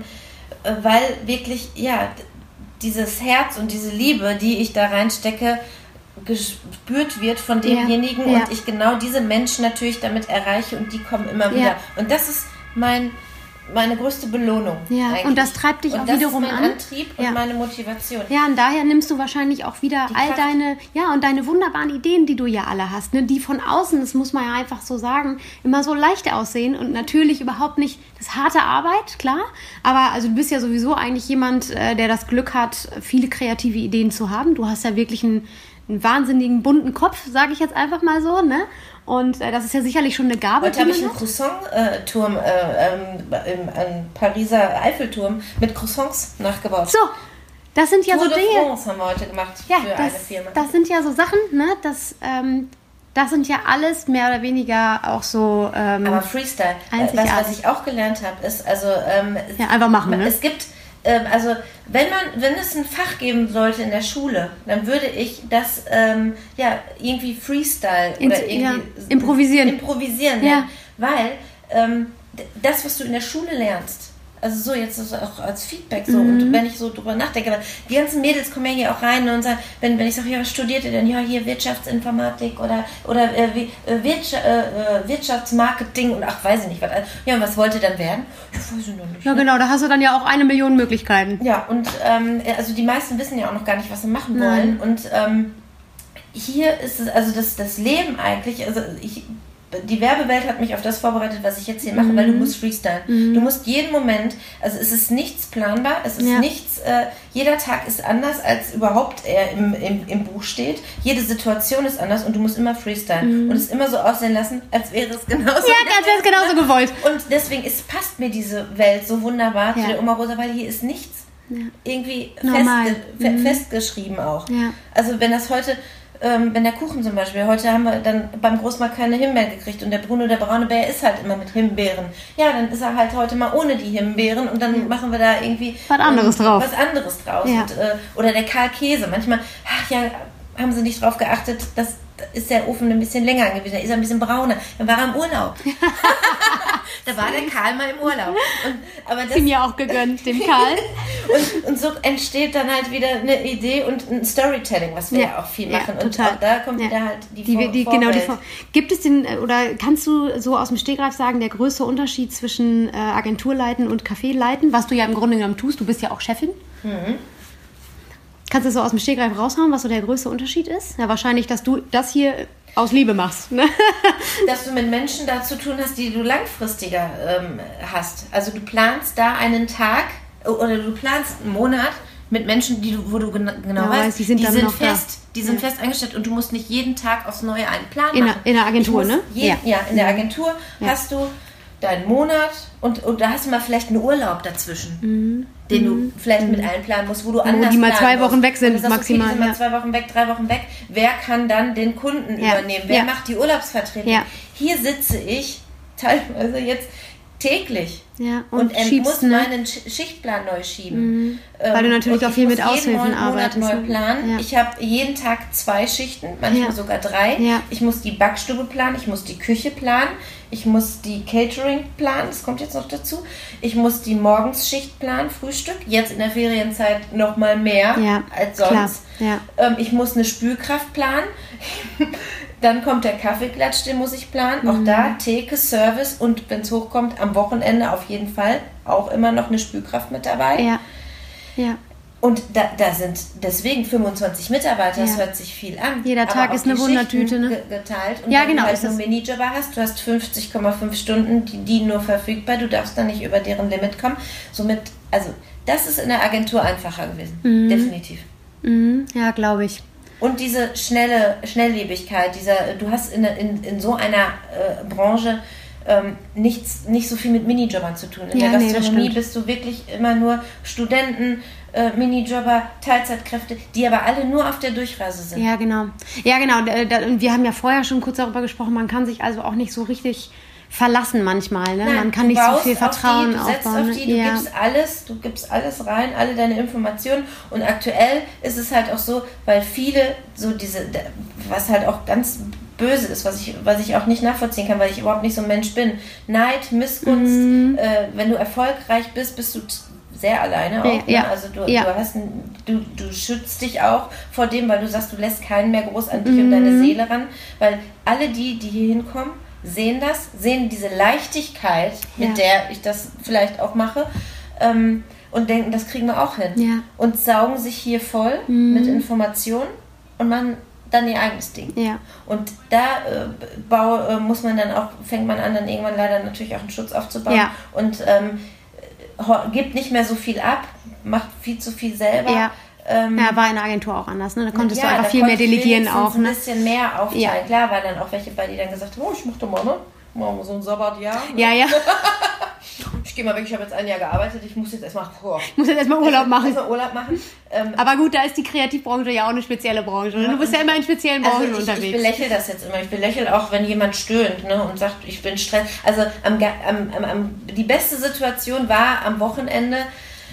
weil wirklich, ja, dieses Herz und diese Liebe, die ich da reinstecke, gespürt wird von demjenigen und ich genau diese Menschen natürlich damit erreiche und die kommen immer wieder. Und das ist meine größte Belohnung. Ja, eigentlich. Und das treibt dich auch wiederum an. Das ist mein Antrieb und meine Motivation. Ja, und daher nimmst du wahrscheinlich auch wieder deine wunderbaren Ideen, die du ja alle hast, ne? Die von außen, das muss man ja einfach so sagen, immer so leicht aussehen und natürlich überhaupt nicht, das ist harte Arbeit, klar, aber also du bist ja sowieso eigentlich jemand, der das Glück hat, viele kreative Ideen zu haben. Du hast ja wirklich einen wahnsinnigen bunten Kopf, sage ich jetzt einfach mal so, ne? Und das ist ja sicherlich schon eine Gabe. Heute habe ich einen Croissant-Turm, einen Pariser Eiffelturm mit Croissants nachgebaut. So, das sind ja Tour so Dinge. de France haben wir heute gemacht für eine Firma. Das sind ja so Sachen, ne? Das sind ja alles mehr oder weniger auch so aber Freestyle. Was ich auch gelernt habe, ist also... einfach machen, ne? Es gibt also wenn es ein Fach geben sollte in der Schule, dann würde ich das irgendwie Freestyle oder irgendwie improvisieren ja. Weil das, was du in der Schule lernst, also so jetzt auch als Feedback so, und wenn ich so drüber nachdenke, aber die ganzen Mädels kommen ja hier auch rein und sagen, wenn ich sage, ja, was studiert ihr denn? Ja, hier Wirtschaftsinformatik oder Wirtschaftsmarketing und ach, weiß ich nicht, was. Ja, und was wollt ihr dann werden? Ich weiß es noch nicht. Ja, genau, da hast du dann ja auch 1 Million Möglichkeiten. Ja, und also die meisten wissen ja auch noch gar nicht, was sie machen wollen. Und hier ist es, also das Leben eigentlich, also die Werbewelt hat mich auf das vorbereitet, was ich jetzt hier mache, weil du musst freestylen. Du musst jeden Moment, also es ist nichts planbar, es ist nichts, jeder Tag ist anders, als überhaupt er im Buch steht. Jede Situation ist anders und du musst immer freestylen und es immer so aussehen lassen, als wäre es genauso. Ja, als wäre es genauso gewollt. Und deswegen passt mir diese Welt so wunderbar zu der Oma Rosa, weil hier ist nichts irgendwie festgeschrieben auch. Ja. Also wenn das heute... wenn der Kuchen zum Beispiel, heute haben wir dann beim Großmarkt keine Himbeeren gekriegt und der Bruno, der braune Bär, ist halt immer mit Himbeeren. Ja, dann ist er halt heute mal ohne die Himbeeren und dann machen wir da irgendwie was anderes draus. Ja. Und, oder der Karl Käse. Manchmal, haben sie nicht drauf geachtet, dass ist der Ofen ein bisschen länger gewesen, da ist er ein bisschen brauner. Dann war er im Urlaub. Da war der Karl mal im Urlaub. Aber das mir auch gegönnt, dem Karl. und so entsteht dann halt wieder eine Idee und ein Storytelling, was wir ja auch viel machen. Und total. auch da kommt wieder halt die Vorwelt. Gibt es oder kannst du so aus dem Stegreif sagen, der größte Unterschied zwischen Agenturleiten und Café-Leiten, was du ja im Grunde genommen tust, du bist ja auch Chefin. Kannst du so aus dem Stegreif raushauen, was so der größte Unterschied ist? Ja, wahrscheinlich, dass du das hier aus Liebe machst. Ne? Dass du mit Menschen da zu tun hast, die du langfristiger hast. Also du planst da einen Tag oder du planst einen Monat mit Menschen, wo du genau weißt, die sind fest eingestellt und du musst nicht jeden Tag aufs Neue einen Plan machen. In der Agentur, ne? In der Agentur hast du deinen Monat und da hast du mal vielleicht einen Urlaub dazwischen, den du vielleicht mit einplanen musst, wo du anders die mal 2 Wochen weg sind, maximal. Okay, die sind mal 2 Wochen weg, 3 Wochen weg. Wer kann dann den Kunden übernehmen? Wer macht die Urlaubsvertretung? Ja. Hier sitze ich teilweise jetzt täglich und muss meinen Schichtplan neu schieben. Weil du natürlich auch viel mit Aushilfen arbeitest. Neu planen. Ja. Ich habe jeden Tag 2 Schichten, manchmal sogar 3. Ja. Ich muss die Backstube planen, ich muss die Küche planen, ich muss die Catering planen, das kommt jetzt noch dazu. Ich muss die Morgensschicht planen, Frühstück, jetzt in der Ferienzeit noch mal mehr als sonst. Ja. Ich muss eine Spülkraft planen. Dann kommt der Kaffeeklatsch, den muss ich planen. Auch da Theke, Service und wenn es hochkommt, am Wochenende auf jeden Fall auch immer noch eine Spülkraft mit dabei. Ja. Und da sind deswegen 25 Mitarbeiter, das hört sich viel an. Jeder Tag ist eine Wundertüte, ne? Geteilt. Und wenn du halt einen Minijobber hast, du hast 50,5 Stunden, die nur verfügbar, du darfst dann nicht über deren Limit kommen. Somit, also das ist in der Agentur einfacher gewesen, definitiv. Ja, glaube ich. Und diese Schnelllebigkeit, du hast in so einer Branche nicht so viel mit Minijobbern zu tun. In der Gastronomie bist du wirklich immer nur Studenten, Minijobber, Teilzeitkräfte, die aber alle nur auf der Durchreise sind. Ja, genau. Und wir haben ja vorher schon kurz darüber gesprochen, man kann sich also auch nicht so richtig verlassen manchmal. Ne? Nein, man kann nicht so viel Vertrauen aufbauen. Du setzt auf die, du gibst alles rein, alle deine Informationen. Und aktuell ist es halt auch so, weil viele so was halt auch ganz böse ist, was ich auch nicht nachvollziehen kann, weil ich überhaupt nicht so ein Mensch bin. Neid, Missgunst, wenn du erfolgreich bist du sehr alleine auch. Ne? Also du schützt dich auch vor dem, weil du sagst, du lässt keinen mehr groß an dich und deine Seele ran, weil alle die hier hinkommen, sehen diese Leichtigkeit, mit der ich das vielleicht auch mache, und denken, das kriegen wir auch hin. Ja. Und saugen sich hier voll mit Informationen und machen dann ihr eigenes Ding. Ja. Und da fängt man an, dann irgendwann leider natürlich auch einen Schutz aufzubauen und gibt nicht mehr so viel ab, macht viel zu viel selber. Ja. War in der Agentur auch anders. Ne? Da konntest du einfach viel mehr delegieren auch. Ein bisschen mehr aufteilen. Ja. Klar war dann auch welche bei, die dann gesagt haben, ich mach doch mal, machen wir so ein Sabbatjahr. Ne? Ja. Ich gehe mal weg, ich habe jetzt 1 Jahr gearbeitet, ich muss jetzt erstmal Urlaub machen. Aber gut, da ist die Kreativbranche ja auch eine spezielle Branche. Ne? Du bist ja immer in speziellen Branchen unterwegs. Ich belächle das jetzt immer. Ich belächle auch, wenn jemand stöhnt, ne, und sagt, ich bin Stress. Also die beste Situation war am Wochenende,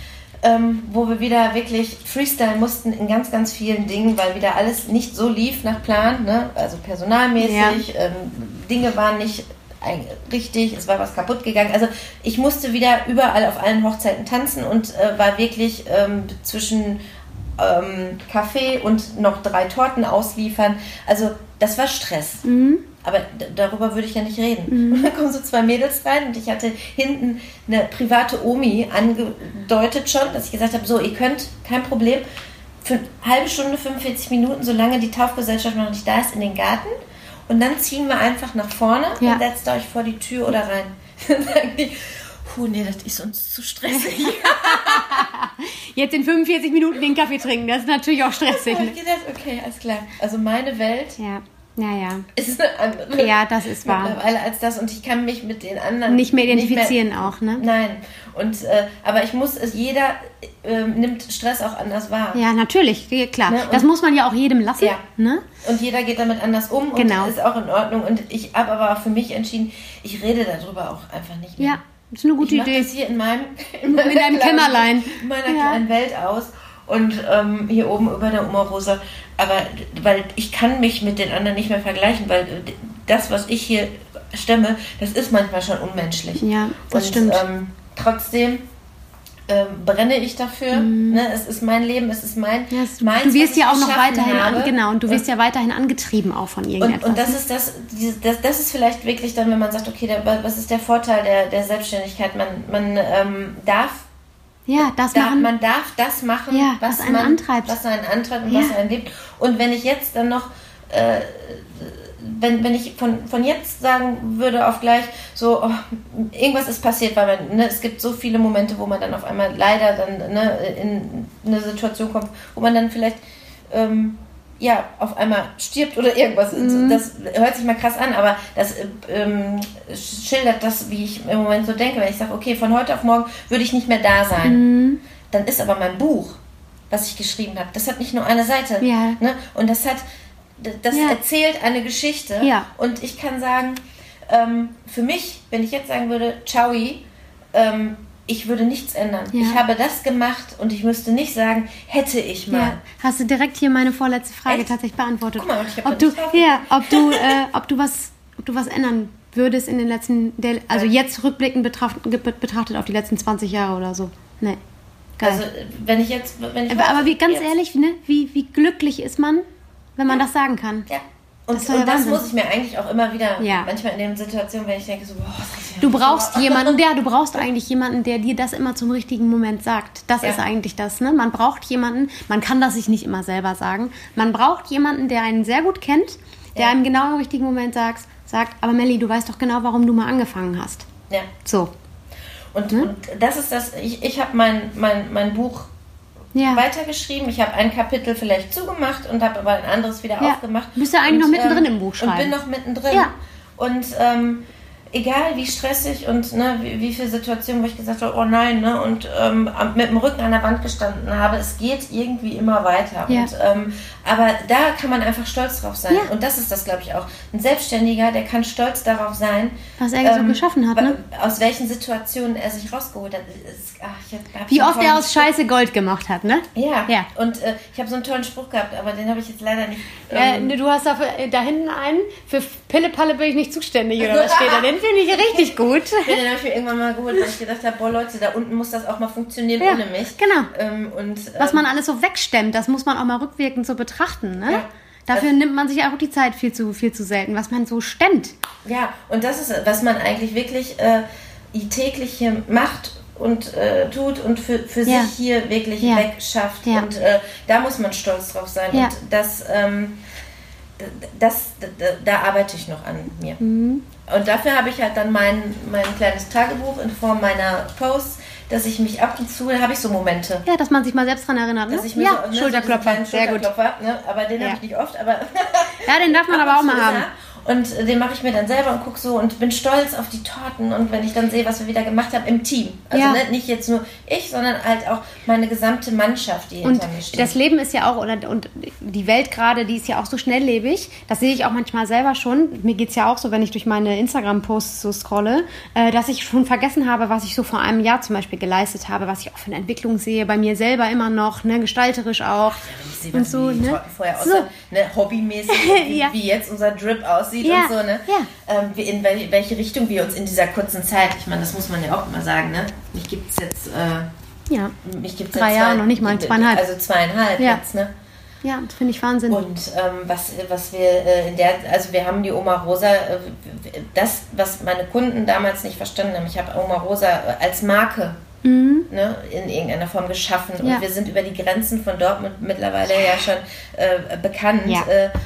wo wir wieder wirklich freestyle mussten in ganz, ganz vielen Dingen, weil wieder alles nicht so lief nach Plan, ne? Also personalmäßig, Dinge waren nicht richtig, es war was kaputt gegangen. Also ich musste wieder überall auf allen Hochzeiten tanzen und war wirklich zwischen Kaffee und noch 3 Torten ausliefern. Also das war Stress. Aber darüber würde ich ja nicht reden. Und dann kommen so 2 Mädels rein und ich hatte hinten eine private Omi angedeutet schon, dass ich gesagt habe, so, ihr könnt, kein Problem, für eine halbe Stunde, 45 Minuten, solange die Taufgesellschaft noch nicht da ist, in den Garten. Und dann ziehen wir einfach nach vorne und setzt euch vor die Tür oder rein. Dann sagen die, nee, das ist uns zu stressig. Jetzt in 45 Minuten den Kaffee trinken, das ist natürlich auch stressig. Da habe ich gedacht, okay, alles klar. Also meine Welt ist eine andere. Ja, das ist wahr. Mittlerweile als das und ich kann mich mit den anderen nicht mehr identifizieren auch, ne? Nein. Und, aber jeder nimmt Stress auch anders wahr. Ja, natürlich, klar. Ne? Das muss man ja auch jedem lassen. Ja. Ne? Und jeder geht damit anders um und ist auch in Ordnung. Und ich habe aber auch für mich entschieden, ich rede darüber auch einfach nicht mehr. Ja, das ist eine gute Idee. Ich mache das hier in deinem Kämmerlein. In meiner kleinen Welt aus. Und hier oben über der Oma Rosa. Aber weil ich kann mich mit den anderen nicht mehr vergleichen, weil das, was ich hier stemme, das ist manchmal schon unmenschlich. Ja, das stimmt. Trotzdem brenne ich dafür. Ne? Es ist mein Leben, es ist meins. Du wirst ja auch noch weiterhin und du wirst ja weiterhin angetrieben auch von irgendetwas. Und das ist das ist vielleicht wirklich dann, wenn man sagt, okay, was ist der Vorteil der Selbstständigkeit? Man darf man darf das machen, was einen antreibt und was einen lebt. Und wenn ich jetzt dann noch wenn ich von jetzt sagen würde auf gleich so, irgendwas ist passiert, weil es gibt so viele Momente, wo man dann auf einmal leider dann in eine Situation kommt, wo man dann vielleicht auf einmal stirbt oder irgendwas. Das hört sich mal krass an, aber das schildert das, wie ich im Moment so denke. Wenn ich sage, okay, von heute auf morgen würde ich nicht mehr da sein, dann ist aber mein Buch, was ich geschrieben habe, das hat nicht nur eine Seite. Ja. Ne? Und das erzählt eine Geschichte. Ja. Und ich kann sagen, für mich, wenn ich jetzt sagen würde, ciao, ich würde nichts ändern. Ja. Ich habe das gemacht und ich müsste nicht sagen, hätte ich mal. Ja. Hast du direkt hier meine vorletzte Frage tatsächlich beantwortet. Guck mal, ich habe ob du was ändern würdest in den letzten, jetzt rückblickend betrachtet auf die letzten 20 Jahre oder so. Nee. Geil. Also, wenn ich aber ganz ehrlich, ne, wie glücklich ist man, wenn man das sagen kann? Ja. Und das muss ich mir eigentlich auch immer wieder, manchmal in den Situationen, wenn ich denke, so, du brauchst eigentlich jemanden, der dir das immer zum richtigen Moment sagt. Das ist eigentlich das, ne? Man braucht jemanden, man kann das sich nicht immer selber sagen, man braucht jemanden, der einen sehr gut kennt, der einem genau im richtigen Moment sagt, aber Melli, du weißt doch genau, warum du mal angefangen hast. Ja. So. Und das ist das, ich habe mein Buch weitergeschrieben. Ich habe ein Kapitel vielleicht zugemacht und habe aber ein anderes wieder aufgemacht. Du bist ja eigentlich noch mittendrin im Buch schreiben. Und bin noch mittendrin. Ja. Und egal wie stressig und wie viele Situationen, wo ich gesagt habe, oh nein, und mit dem Rücken an der Wand gestanden habe, es geht irgendwie immer weiter. Ja. Und, aber da kann man einfach stolz drauf sein. Ja. Und das ist das, glaube ich, auch. Ein Selbstständiger, der kann stolz darauf sein, was er so geschaffen hat, ne? Aus welchen Situationen er sich rausgeholt hat. Wie oft er aus Scheiße Gold gemacht hat, ne? Ja. Und ich habe so einen tollen Spruch gehabt, aber den habe ich jetzt leider nicht. Du hast da hinten einen, für Pille-Palle bin ich nicht zuständig, oder was steht da? Den finde ich richtig gut. Ja, den habe ich mir irgendwann mal geholt, weil ich gedacht habe, boah Leute, da unten muss das auch mal funktionieren ohne mich. Genau. Was man alles so wegstemmt, das muss man auch mal rückwirkend so betrachten, ne? Ja. Dafür nimmt man sich auch die Zeit viel zu selten, was man so stemmt. Ja, und das ist, was man eigentlich wirklich täglich hier macht und tut und für sich hier wirklich wegschafft. Ja. Und da muss man stolz drauf sein. Ja. Und da arbeite ich noch an mir. Mhm. Und dafür habe ich halt dann mein kleines Tagebuch in Form meiner Posts, dass ich mich ab und zu, habe ich so Momente. Ja, dass man sich mal selbst dran erinnert. Ne? Dass ich mir Schulterklopfer, so sehr gut. Ne? Aber den habe ich nicht oft. Aber ja, den darf man aber auch mal haben. Und den mache ich mir dann selber und gucke so und bin stolz auf die Torten. Und wenn ich dann sehe, was wir wieder gemacht haben im Team. Also nicht jetzt nur ich, sondern halt auch meine gesamte Mannschaft, die hinter mir steht. Das Leben ist ja auch, und die Welt gerade, die ist ja auch so schnelllebig. Das sehe ich auch manchmal selber schon. Mir geht es ja auch so, wenn ich durch meine Instagram-Posts so scrolle, dass ich schon vergessen habe, was ich so vor einem Jahr zum Beispiel geleistet habe, was ich auch für eine Entwicklung sehe, bei mir selber immer noch, ne, gestalterisch auch. Ach, ja, wenn ich sehe, was so, die Torten vorher aussehen, ne, hobbymäßig, wie jetzt unser Drip aussieht und so, ne? Ja. In welche Richtung wir uns in dieser kurzen Zeit, ich meine, das muss man ja auch immer sagen, ne? Mich gibt es jetzt, mich gibt's 3 Jahre, noch nicht mal 2,5. Also 2,5 jetzt, ne? Ja, das finde ich Wahnsinn. Und was wir also wir haben die Oma Rosa, das, was meine Kunden damals nicht verstanden haben, ich habe Oma Rosa als Marke ne, in irgendeiner Form geschaffen. Und wir sind über die Grenzen von Dortmund mittlerweile ja schon bekannt. Ja.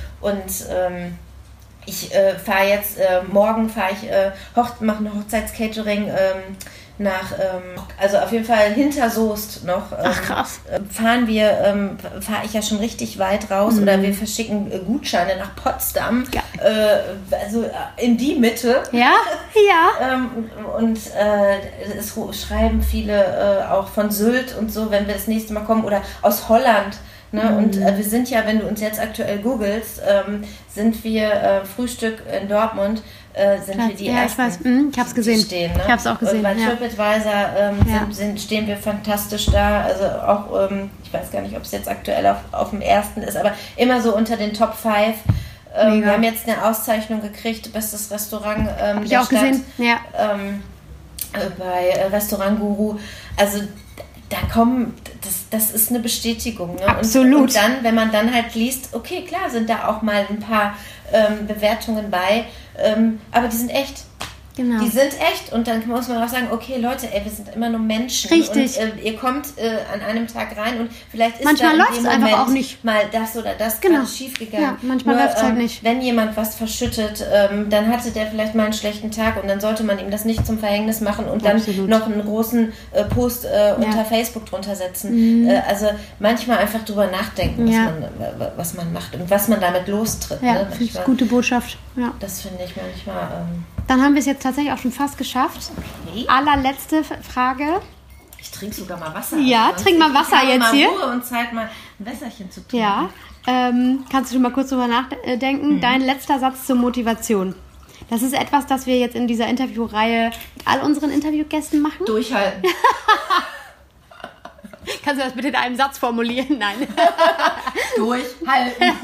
Ich fahre jetzt, morgen fahre ich, mache ein Hochzeitscatering nach, also auf jeden Fall hinter Soest noch. Ach krass. Fahre ich ja schon richtig weit raus oder wir verschicken Gutscheine nach Potsdam. Also in die Mitte. Ja, ja. Und es schreiben viele auch von Sylt und so, wenn wir das nächste Mal kommen oder aus Holland. Ne? Und wir sind ja, wenn du uns jetzt aktuell googelst, sind wir Frühstück in Dortmund, sind wir die Ersten, ich habe es gesehen. Stehen, ne? Ich habe es auch gesehen. Und bei TripAdvisor stehen wir fantastisch da. Also auch, ich weiß gar nicht, ob es jetzt aktuell auf dem ersten ist, aber immer so unter den Top 5. Wir haben jetzt eine Auszeichnung gekriegt, bestes Restaurant der Stadt. Auch gesehen, ja. Bei Restaurant Guru. Also da kommen, das ist eine Bestätigung. Ne? Absolut. Und dann, wenn man dann halt liest, okay, klar sind da auch mal ein paar Bewertungen bei, aber die sind echt. Genau. Die sind echt und dann muss man auch sagen, okay Leute, wir sind immer nur Menschen. Richtig. Und ihr kommt an einem Tag rein und vielleicht ist manchmal da in dem Moment einfach auch nicht mal das oder das gerade schief gegangen. Ja, manchmal läuft es halt nicht. Wenn jemand was verschüttet, dann hatte der vielleicht mal einen schlechten Tag und dann sollte man ihm das nicht zum Verhängnis machen und dann noch einen großen Post unter Facebook drunter setzen. Also manchmal einfach drüber nachdenken, was man macht und was man damit lostritt. Ja, ne? finde ich gute Botschaft. Ja. Das finde ich manchmal... Dann haben wir es jetzt tatsächlich auch schon fast geschafft. Okay. Allerletzte Frage. Ich trinke sogar mal Wasser. Ja, trink mal Wasser jetzt mal hier. Ruhe und Zeit, mal ein Wässerchen zu trinken. Ja, kannst du schon mal kurz drüber nachdenken. Dein letzter Satz zur Motivation. Das ist etwas, das wir jetzt in dieser Interviewreihe mit all unseren Interviewgästen machen. Durchhalten. Kannst du das bitte in einem Satz formulieren? Nein. Durchhalten.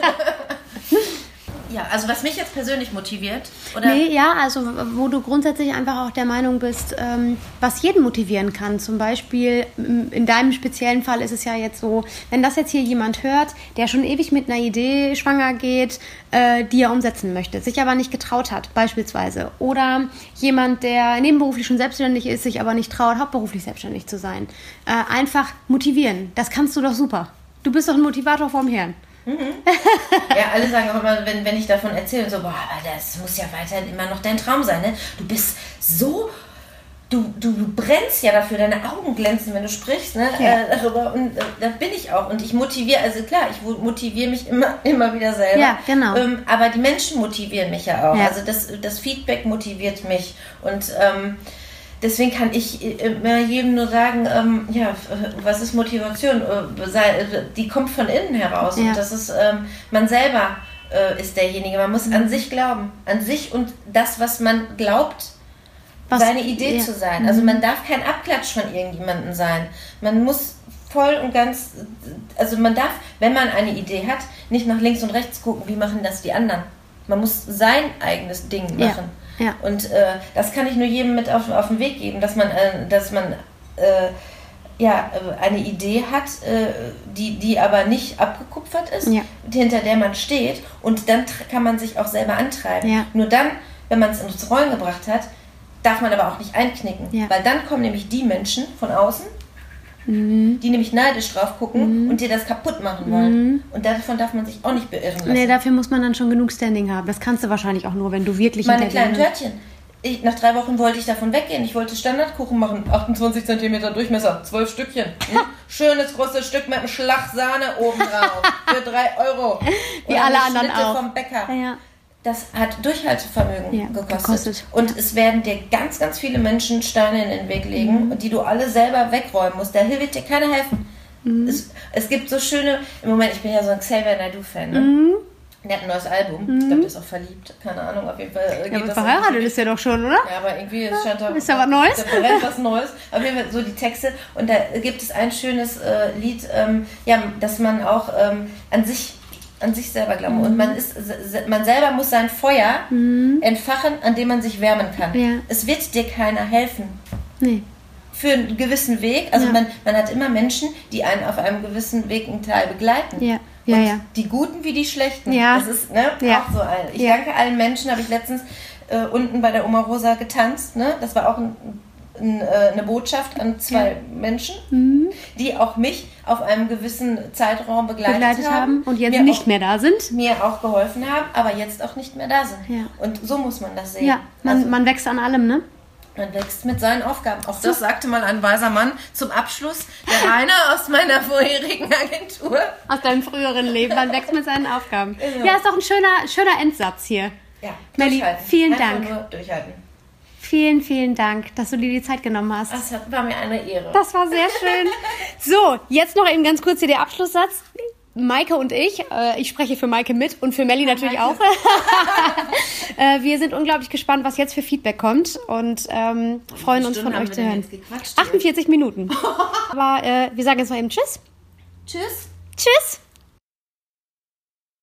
Ja, also was mich jetzt persönlich motiviert, oder? Nee, ja, also wo du grundsätzlich einfach auch der Meinung bist, was jeden motivieren kann. Zum Beispiel, in deinem speziellen Fall ist es ja jetzt so, wenn das jetzt hier jemand hört, der schon ewig mit einer Idee schwanger geht, die er umsetzen möchte, sich aber nicht getraut hat, beispielsweise. Oder jemand, der nebenberuflich schon selbstständig ist, sich aber nicht traut, hauptberuflich selbstständig zu sein. Einfach motivieren, das kannst du doch super. Du bist doch ein Motivator vom Herrn. Ja, alle sagen auch immer, wenn ich davon erzähle, so, boah, aber das muss ja weiterhin immer noch dein Traum sein, ne? Du bist so, du brennst ja dafür, deine Augen glänzen, wenn du sprichst, ne? Darüber, und das bin ich auch. Und ich motiviere, also klar, ich motiviere mich immer wieder selber. Ja, genau. Aber die Menschen motivieren mich ja auch. Ja. Also das Feedback motiviert mich. Und deswegen kann ich jedem nur sagen, was ist Motivation? Die kommt von innen heraus. Ja. Und das ist, man selber ist derjenige. Man muss an sich glauben. An sich und das, was man glaubt, seine Idee zu sein. Also man darf kein Abklatsch von irgendjemandem sein. Man muss voll und ganz, also man darf, wenn man eine Idee hat, nicht nach links und rechts gucken, wie machen das die anderen. Man muss sein eigenes Ding machen. Ja. Ja. Und das kann ich nur jedem mit auf den Weg geben, dass man eine Idee hat, die aber nicht abgekupfert ist, hinter der man steht und dann kann man sich auch selber antreiben. Ja. Nur dann, wenn man es ins Rollen gebracht hat, darf man aber auch nicht einknicken, weil dann kommen nämlich die Menschen von außen, die nämlich neidisch drauf gucken und dir das kaputt machen wollen. Und davon darf man sich auch nicht beirren lassen. Nee, dafür muss man dann schon genug Standing haben. Das kannst du wahrscheinlich auch nur, wenn du wirklich... Meine kleinen Törtchen. Nach 3 Wochen wollte ich davon weggehen. Ich wollte Standardkuchen machen. 28 cm Durchmesser, 12 Stückchen. Schönes großes Stück mit einem Schlag Sahne oben drauf. Für 3 €. Wie alle anderen Schnitte auch. Vom Bäcker. Ja. das hat Durchhaltevermögen gekostet. Und es werden dir ganz, ganz viele Menschen Steine in den Weg legen, die du alle selber wegräumen musst. Da wird dir keiner helfen. Es gibt so schöne, im Moment, ich bin ja so ein Xavier Naidoo-Fan, ne? Der hat ein neues Album. Ich glaube, der ist auch verliebt. Keine Ahnung, auf jeden Fall. Ja, aber verheiratet ist er doch schon, oder? Ja, aber irgendwie scheint da... Ist ja was Neues? Da brennt was Neues. Auf jeden Fall so die Texte. Und da gibt es ein schönes Lied, dass man auch an sich selber glauben. Und man selber muss sein Feuer entfachen, an dem man sich wärmen kann. Ja. Es wird dir keiner helfen. Nee. Für einen gewissen Weg. Also man hat immer Menschen, die einen auf einem gewissen Weg einen Teil begleiten. Ja. Und die Guten wie die Schlechten. Ja. Das ist auch so ein. Ich danke allen Menschen, habe ich letztens unten bei der Oma Rosa getanzt. Ne? Das war auch eine Botschaft an 2 Menschen, die auch mich auf einem gewissen Zeitraum begleitet haben. Und jetzt nicht mehr da sind. Mir auch geholfen haben, aber jetzt auch nicht mehr da sind. Ja. Und so muss man das sehen. Ja, man wächst an allem, ne? Man wächst mit seinen Aufgaben. Auch das sagte mal ein weiser Mann zum Abschluss. Der Rainer aus meiner vorherigen Agentur. Aus deinem früheren Leben. Man wächst mit seinen Aufgaben. Genau. Ja, ist doch ein schöner Endsatz hier. Ja, Melli, vielen Dank. Nur durchhalten. Vielen, vielen Dank, dass du dir die Zeit genommen hast. Das war mir eine Ehre. Das war sehr schön. So, jetzt noch eben ganz kurz hier der Abschlusssatz. Maike und ich spreche für Maike mit und für Melli natürlich auch. Wir sind unglaublich gespannt, was jetzt für Feedback kommt und freuen uns von euch zu hören. 48 Minuten. Aber wir sagen jetzt mal eben Tschüss. Tschüss. Tschüss.